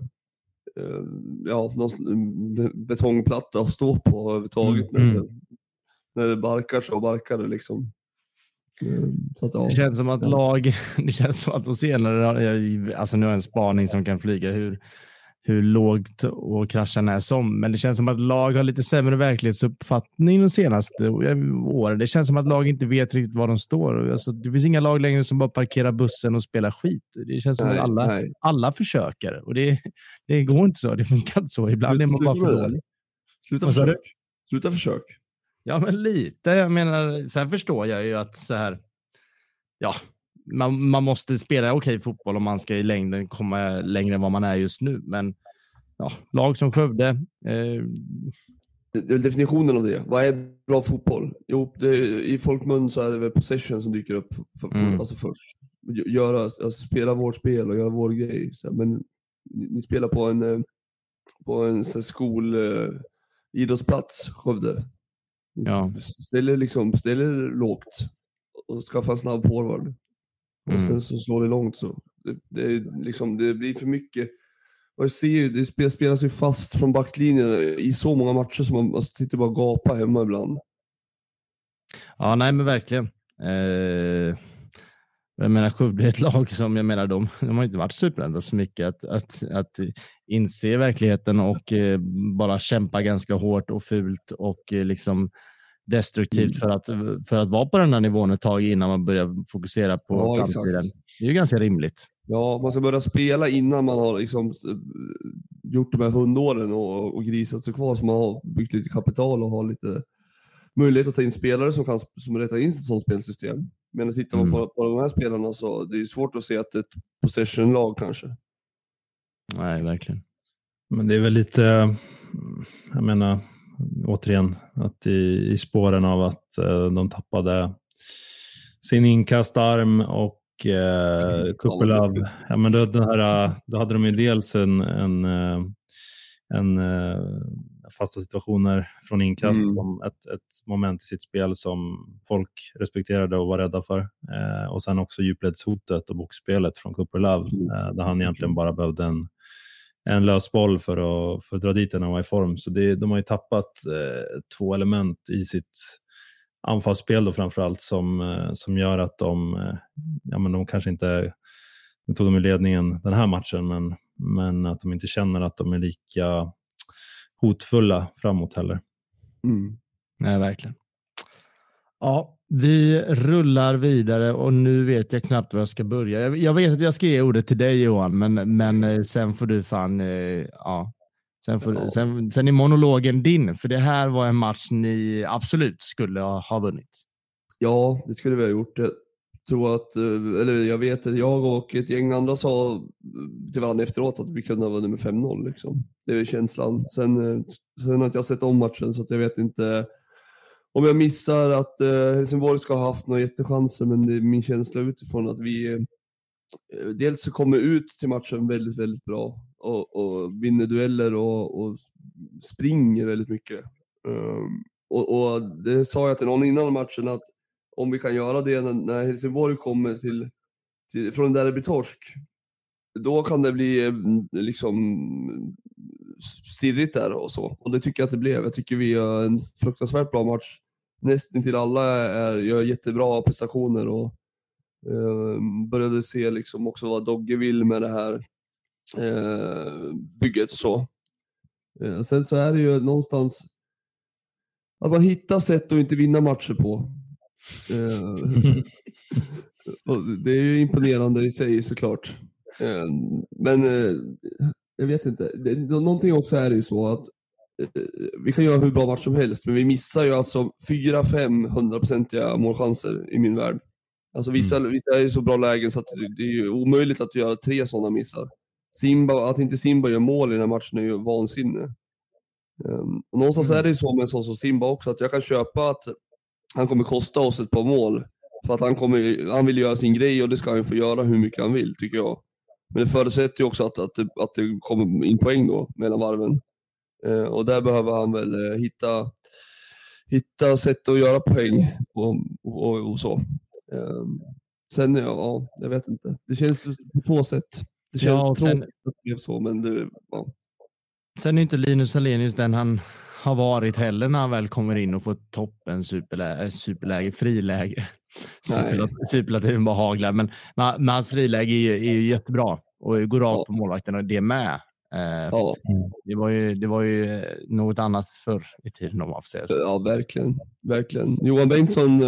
S4: någon betongplatta att stå på överhuvudtaget när det barkar det liksom. Så att,
S1: det känns som att det känns som att de senare, alltså nu är en spaning som kan flyga hur lågt och kraschen är som, men det känns som att lag har lite sämre verklighetsuppfattning de senaste åren. Det känns som att lag inte vet riktigt var de står. Alltså, det finns inga lag längre som bara parkerar bussen och spelar skit. Det känns som att alla försöker och det går inte så. Det funkar inte så. Ibland är man bara för dålig.
S4: Sluta försök.
S1: Ja, men lite. Jag menar, sen förstår jag ju att så här, man måste spela okej fotboll om man ska i längden komma längre än vad man är just nu. Men lag som Skövde.
S4: Definitionen av det. Vad är bra fotboll? Jo, i folkmun så är det väl possession som dyker upp alltså först. Spela vårt spel och göra vår grej. Men ni spelar på en idrottsplats, Skövde. Ställer lågt och skaffa en snabb forward. Och sen så slår det långt så. Det blir för mycket. Och jag ser ju, det spelas ju fast från backlinjen i så många matcher som man tittar bara gapa hemma ibland.
S1: Ja, nej men verkligen. Jag menar, Skövde är ett lag som, jag menar, de har inte varit superända så mycket. Att inse verkligheten och bara kämpa ganska hårt och fult och liksom destruktivt för att vara på den här nivån ett tag innan man börjar fokusera på framtiden. Exakt. Det är ju ganska rimligt.
S4: Ja, man ska börja spela innan man har liksom gjort de här 100 åren och grisat sig kvar, så man har byggt lite kapital och har lite möjlighet att ta in spelare som rättar in sitt sådant spelsystem. Men tittar man på de här spelarna, så det är svårt att se att det är ett possession-lag kanske.
S1: Nej, verkligen.
S2: Men det är väl lite, jag menar, återigen, att i spåren av att de tappade sin inkastarm och Kupelav, ja, men då hade de ju dels en fasta situationer från inkast som ett moment i sitt spel som folk respekterade och var rädda för. Och sen också djupledshotet och boxspelet från Kupelav, där han egentligen bara behövde en lös boll för att dra dit den och vara i form. Så de har ju tappat 2 element i sitt anfallsspel då, framförallt som gör att de kanske inte tog dem i ledningen den här matchen, men att de inte känner att de är lika hotfulla framåt heller.
S1: Nej, verkligen. Ja, vi rullar vidare och nu vet jag knappt var jag ska börja. Jag vet att jag ska ge ordet till dig, Johan, men sen får du fan sen är monologen din, för det här var en match ni absolut skulle ha vunnit.
S4: Ja, det skulle vi ha gjort. Jag vet att jag och ett gäng andra sa till varandra efteråt att vi kunde ha vunnit med 5-0 liksom. Det är känslan. Sen har jag sett om matchen, så att jag vet inte om jag missar att Helsingborg ska ha haft några jättechanser, men det är min känsla utifrån att vi dels kommer ut till matchen väldigt, väldigt bra och vinner dueller och springer väldigt mycket. Och det sa jag till någon innan matchen, att om vi kan göra det när Helsingborg kommer från en derbytorsk, då kan det bli liksom stirrigt där och så. Och det tycker jag att det blev. Jag tycker vi gör en fruktansvärt bra match. Nästan till alla gör jättebra prestationer och började se liksom också vad Dogge vill med det här bygget så. Sen så är det ju någonstans att man hittar sätt att inte vinna matcher på. Det är ju imponerande i sig såklart. Men jag vet inte. Någonting också är det ju så att vi kan göra hur bra match som helst, men vi missar ju alltså 4-5 100-procentiga målchanser i min värld. Alltså vissa är ju så bra lägen så att det är ju omöjligt att göra 3 sådana missar. Att inte Simba gör mål i den här matchen är ju vansinne. Och någonstans är det ju så med en sån som Simba också, att jag kan köpa att han kommer kosta oss ett par mål för att han vill göra sin grej, och det ska han få göra hur mycket han vill, tycker jag. Men det förutsätter ju också att det kommer in poäng då mellan varven. Och där behöver han väl hitta sätt att göra poäng och så. Sen jag vet inte. Det känns på 2 sätt. Det känns tråkigt att det blev så, men det, ja.
S1: Sen är inte Linus Alenius den han har varit heller när han väl kommer in och får toppen superläge, friläge. Superlativen bara haglar, men hans friläge är ju jättebra och går rakt på målvakten, och det är med. Det var ju något annat förr i tiden, om man får säga så.
S4: Ja, verkligen. Johan Bengtsson,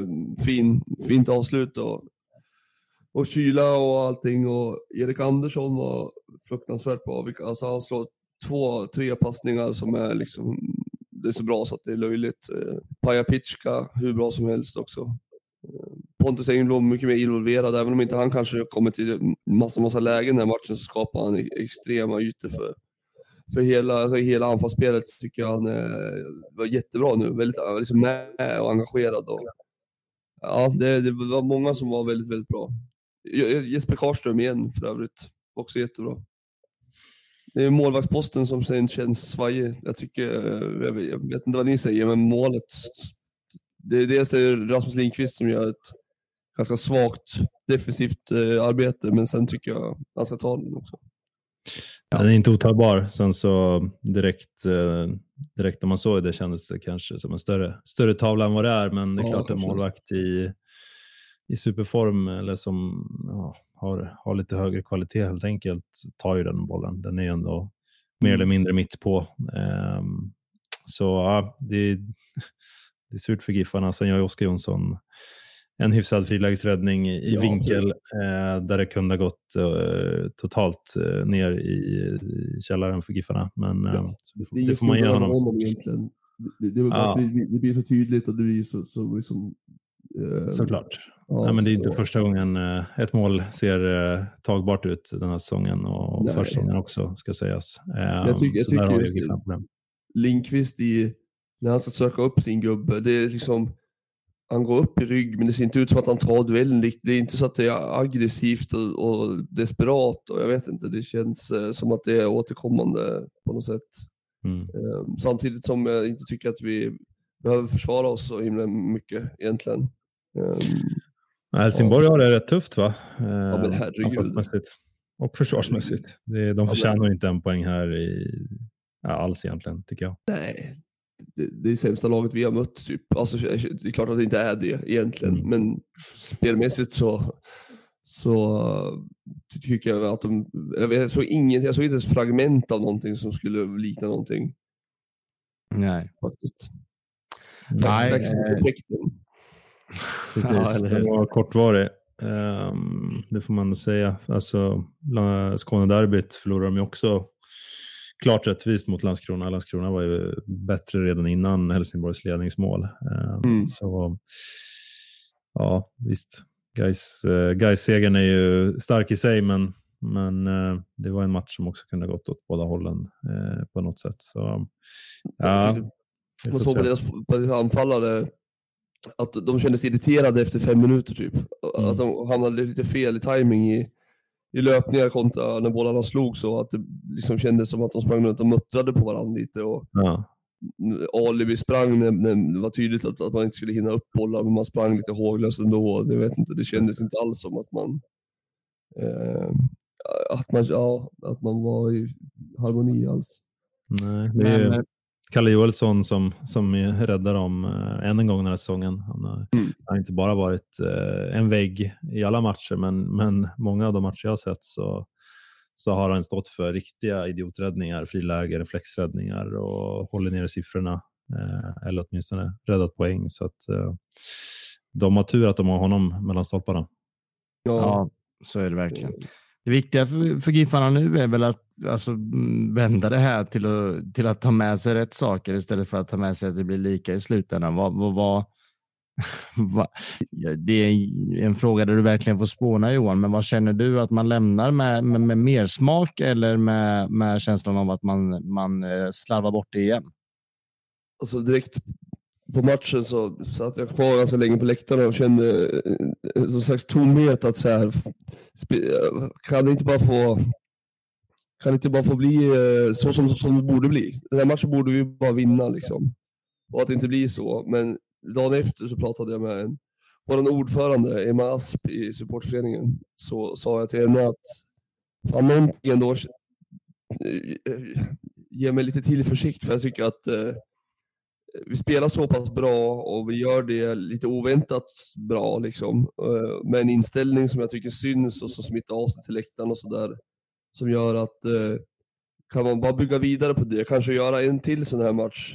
S4: fint avslut och kyla och allting, och Erik Andersson var fruktansvärt bra. Alltså han slår 2-3 passningar som är liksom, det är så bra så att det är löjligt. Paja Pitchka, hur bra som helst också. Pontus Engblom mycket mer involverad, även om inte han kanske kommer till massa lägen den här matchen, så skapar han extrema ytor för hela anfallsspelet. Tycker jag han var jättebra nu, väldigt liksom med och engagerad, och ja, det var många som var väldigt, väldigt bra. Jesper Karlström igen för övrigt, också jättebra. Det är målvaktsposten som sen känns svajig. Jag vet inte vad ni säger, men målet, det är dels Rasmus Lindqvist som gör ett ganska svagt defensivt arbete, men sen tycker jag han ska ta den också.
S2: Ja. Den är inte otagbar. Sen så direkt när man såg det kändes det kanske som en större tavla än vad det är, men det är klart en målvakt i superform eller som har lite högre kvalitet helt enkelt tar ju den bollen. Den är ju ändå mer eller mindre mitt på. Så ja, det är surt för Giffarna. Sen gör Oskar Jonsson en hyfsad frilägesräddning i vinkel där det kunde ha gått totalt ner i källaren för Giffarna. Men det får man ge honom.
S4: Egentligen. Det blir så tydligt och det blir så liksom,
S2: såklart. Ja, men det är inte första gången ett mål ser tagbart ut den här säsongen och försäsongen också ska sägas.
S4: Jag tycker Lindqvist när han ska söka upp sin gubbe, det är liksom han går upp i rygg men det ser inte ut som att han tar duellen riktigt. Det är inte så att det är aggressivt och desperat och jag vet inte, det känns som att det är återkommande på något sätt. Samtidigt som jag inte tycker att vi behöver försvara oss så himla mycket egentligen.
S2: Helsingborg har det rätt tufft va?
S4: Ja men herregud.
S2: Och försvarsmässigt. De förtjänar inte en poäng här alls egentligen tycker jag.
S4: Nej, det är sämsta laget vi har mött typ. Alltså, det är klart att det inte är det egentligen. Men spelmässigt så tycker jag att jag såg inte ens fragment av någonting som skulle likna någonting.
S1: Nej.
S4: Faktiskt.
S1: Nej.
S2: Det var kortvarig. Det får man säga. Alltså, Skånederbyt förlorar de ju också klart rättvist mot Landskrona. Landskrona var ju bättre redan innan Helsingborgs ledningsmål. Så ja, visst. Gais-segern är ju stark i sig, men det var en match som också kunde ha gått åt båda hållen på något sätt. Så ja.
S4: Man såg på deras anfallare att de kändes irriterade efter 5 minuter typ. Att de hamnade lite fel i timing i löpningar kontra när bollarna slog, så att det liksom kändes som att de sprang runt och muttrade på varandra lite. Och Alibi sprang när det var tydligt att man inte skulle hinna upp bollar, men man sprang lite håglöst ändå. Det kändes inte alls som att man var i harmoni alls.
S2: Nej, det är Kalle Joelsson som räddar dem än en gång den här säsongen. Han har inte bara varit en vägg i alla matcher, men många av de matcher jag har sett så har han stått för riktiga idioträddningar, friläger, reflexräddningar och håller ner siffrorna eller åtminstone räddat poäng. Så att de har tur att de har honom mellan stolparna.
S1: Ja, så är det verkligen. Det viktiga för Giffarna nu är väl att vända det här till att ta med sig rätt saker istället för att ta med sig att det blir lika i slutändan. Det är en fråga där du verkligen får spåna, Johan, men vad känner du att man lämnar med mer smak eller med känslan av att man slarvar bort det igen?
S4: Alltså direkt på matchen så satt jag kvar ganska länge på läktaren och kände någon slags tomhet att så här, kan det inte bara få bli så som det borde bli. Den här matchen borde vi bara vinna liksom. Och att det inte blir så. Men dagen efter så pratade jag med vår ordförande Emma Asp i supportföreningen. Så sa jag till henne att fan, någonting ändå ger mig lite tillförsikt, för jag tycker att vi spelar så pass bra och vi gör det lite oväntat bra liksom, med en inställning som jag tycker syns och som smittar av sig till läktaren och sådär, som gör att kan man bara bygga vidare på det, kanske göra en till sån här match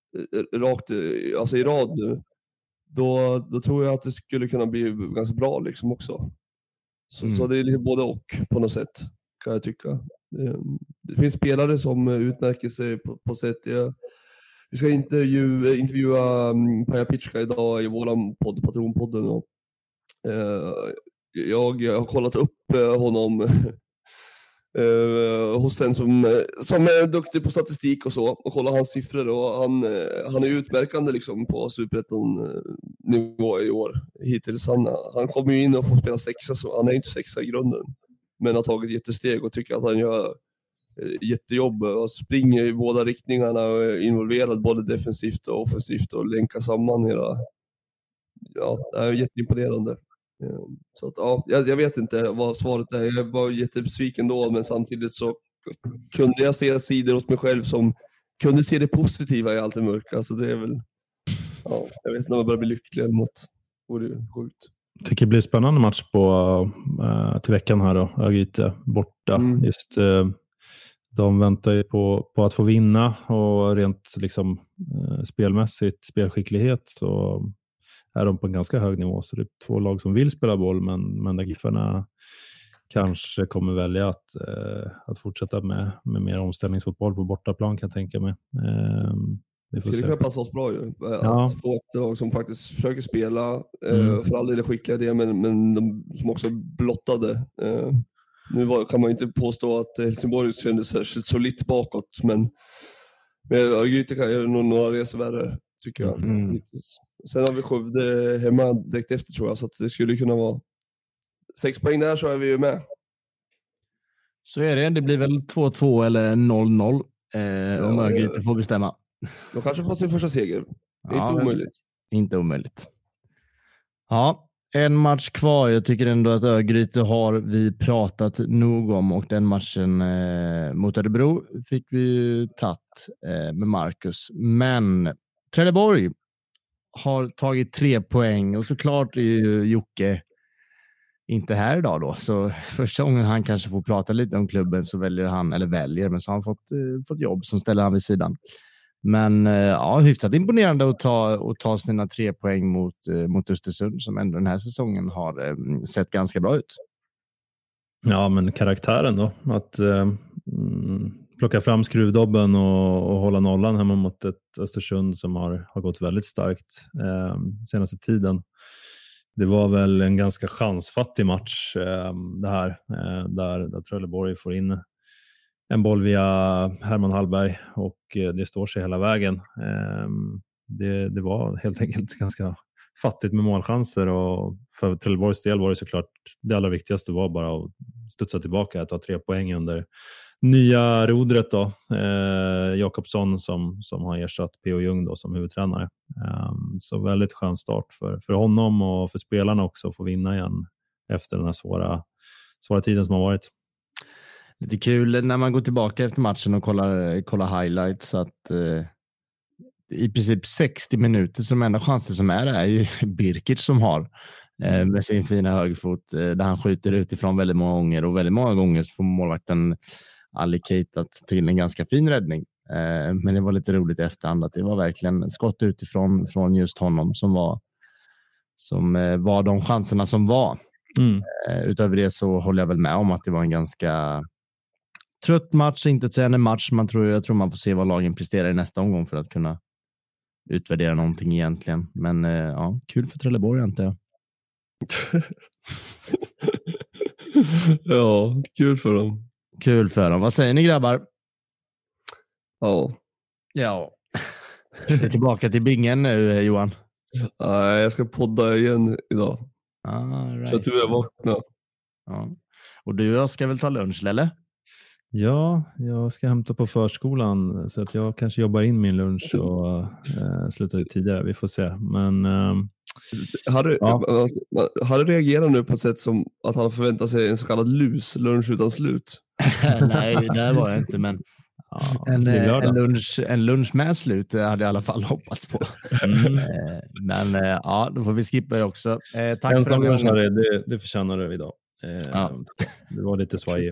S4: i rad nu, då tror jag att det skulle kunna bli ganska bra liksom också. Så det är lite både och på något sätt, kan jag tycka. Det finns spelare som utmärker sig på sätt. Vi ska intervjua Paja Pitschka idag i våran podd, Patronpodden. Och, jag har kollat upp honom hos en som är duktig på statistik och så, och kollar hans siffror, och han är utmärkande liksom på Superettan-nivå i år hittills. Han kommer ju in och får spela sexa, så han är inte sexa i grunden, men har tagit jättesteg och tycker att han gör jättejobb och springer i båda riktningarna och är involverad både defensivt och offensivt och länkar samman hela. Ja, det är jätteimponerande. Så att, ja, jag vet inte vad svaret är. Jag var jättebesviken då, men samtidigt så kunde jag se sidor hos mig själv som kunde se det positiva i allt det mörka. Så det är väl, ja, jag vet inte, när man börjar bli lycklig eller något. Det vore sjukt.
S2: Det blir spännande match till veckan här då. Örgryte borta. Just de väntar ju på att få vinna och rent liksom spelmässigt, spelskicklighet så är de på en ganska hög nivå. Så det är 2 lag som vill spela boll men där Giffarna kanske kommer välja att fortsätta med mer omställningsfotboll på bortaplan kan jag tänka mig.
S4: Det skulle kunna passa oss bra ju. Att få ett lag som faktiskt försöker spela, för all del skickliga det, men de som också blottade. Nu kan man ju inte påstå att Helsingborg kändes särskilt solitt bakåt, men Örgryte kan göra några resor värre, tycker jag. Sen har vi Skövde hemma direkt efter, tror jag, så att det skulle kunna vara 6 poäng där, så är vi ju med.
S1: Så är det. Det blir väl 2-2 eller 0-0 om Örgryte får bestämma.
S4: De kanske får sin första seger. Det är inte omöjligt.
S1: Inte omöjligt. Ja, en match kvar. Jag tycker ändå att Örgryte har vi pratat nog om, och den matchen mot Örebro fick vi ju tatt med Marcus. Men Trelleborg har tagit 3 poäng och såklart är ju Jocke inte här idag då. Så första gången han kanske får prata lite om klubben så men så har han fått jobb som ställer han vid sidan. Men ja, hyfsat imponerande att ta sina 3 poäng mot Östersund som ändå den här säsongen har sett ganska bra ut.
S2: Ja, men karaktären då. Att plocka fram skruvdobben och hålla nollan hemma mot ett Östersund som har gått väldigt starkt senaste tiden. Det var väl en ganska chansfattig match det här, där Trelleborg får in en boll via Herman Hallberg och det står sig hela vägen. Det var helt enkelt ganska fattigt med målchanser, och för Trelleborgs del var det såklart det allra viktigaste var bara att studsa tillbaka och ta 3 poäng under nya rodret då. Jakobsson som har ersatt P.O. Ljung då som huvudtränare. Så väldigt skön start för honom och för spelarna också att få vinna igen efter den här svåra tiden som har varit.
S1: Lite kul när man går tillbaka efter matchen och kollar highlights att i princip 60 minuter som enda chansen som är ju Birkic som har med sin fina högerfot där han skjuter utifrån väldigt många gånger, och väldigt många gånger så får målvakten allocatat till en ganska fin räddning. Men det var lite roligt i efterhand att det var verkligen skott utifrån från just honom som var de chanserna som var. Utöver det så håller jag väl med om att det var en ganska trött match, inte att säga en match. Jag tror man får se vad lagen presterar i nästa omgång för att kunna utvärdera någonting egentligen. Men ja, kul för Trelleborg antar jag.
S4: Ja, kul för dem.
S1: Kul för dem. Vad säger ni grabbar?
S4: Ja.
S1: Tillbaka till bingen nu, Johan.
S4: Nej, jag ska podda igen idag.
S1: Right.
S4: Så jag tror jag vaknar.
S1: Ja. Och du och jag ska väl ta lunch, eller?
S2: Ja, jag ska hämta på förskolan så att jag kanske jobbar in min lunch och slutar tidigare. Vi får se. Men
S4: har du reagerat nu på ett sätt som att han förväntar sig en så kallad lunch utan slut?
S1: Nej, det var jag inte, men en lunch med slut hade jag i alla fall hoppats på. Men ja, då får vi skippa det också. Tack för
S2: det. Det förtjänar du idag. Det var lite svajigt.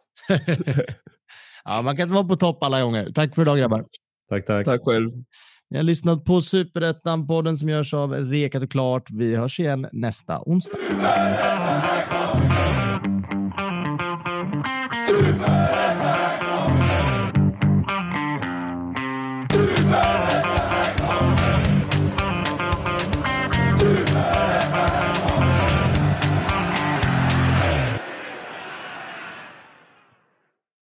S1: Ja, man kan inte vara på topp alla gånger. Tack för idag grabbar.
S2: Tack.
S4: Tack själv.
S1: Jag har lyssnat på Superettan-podden som görs av Rekat och Klart. Vi hörs igen nästa onsdag.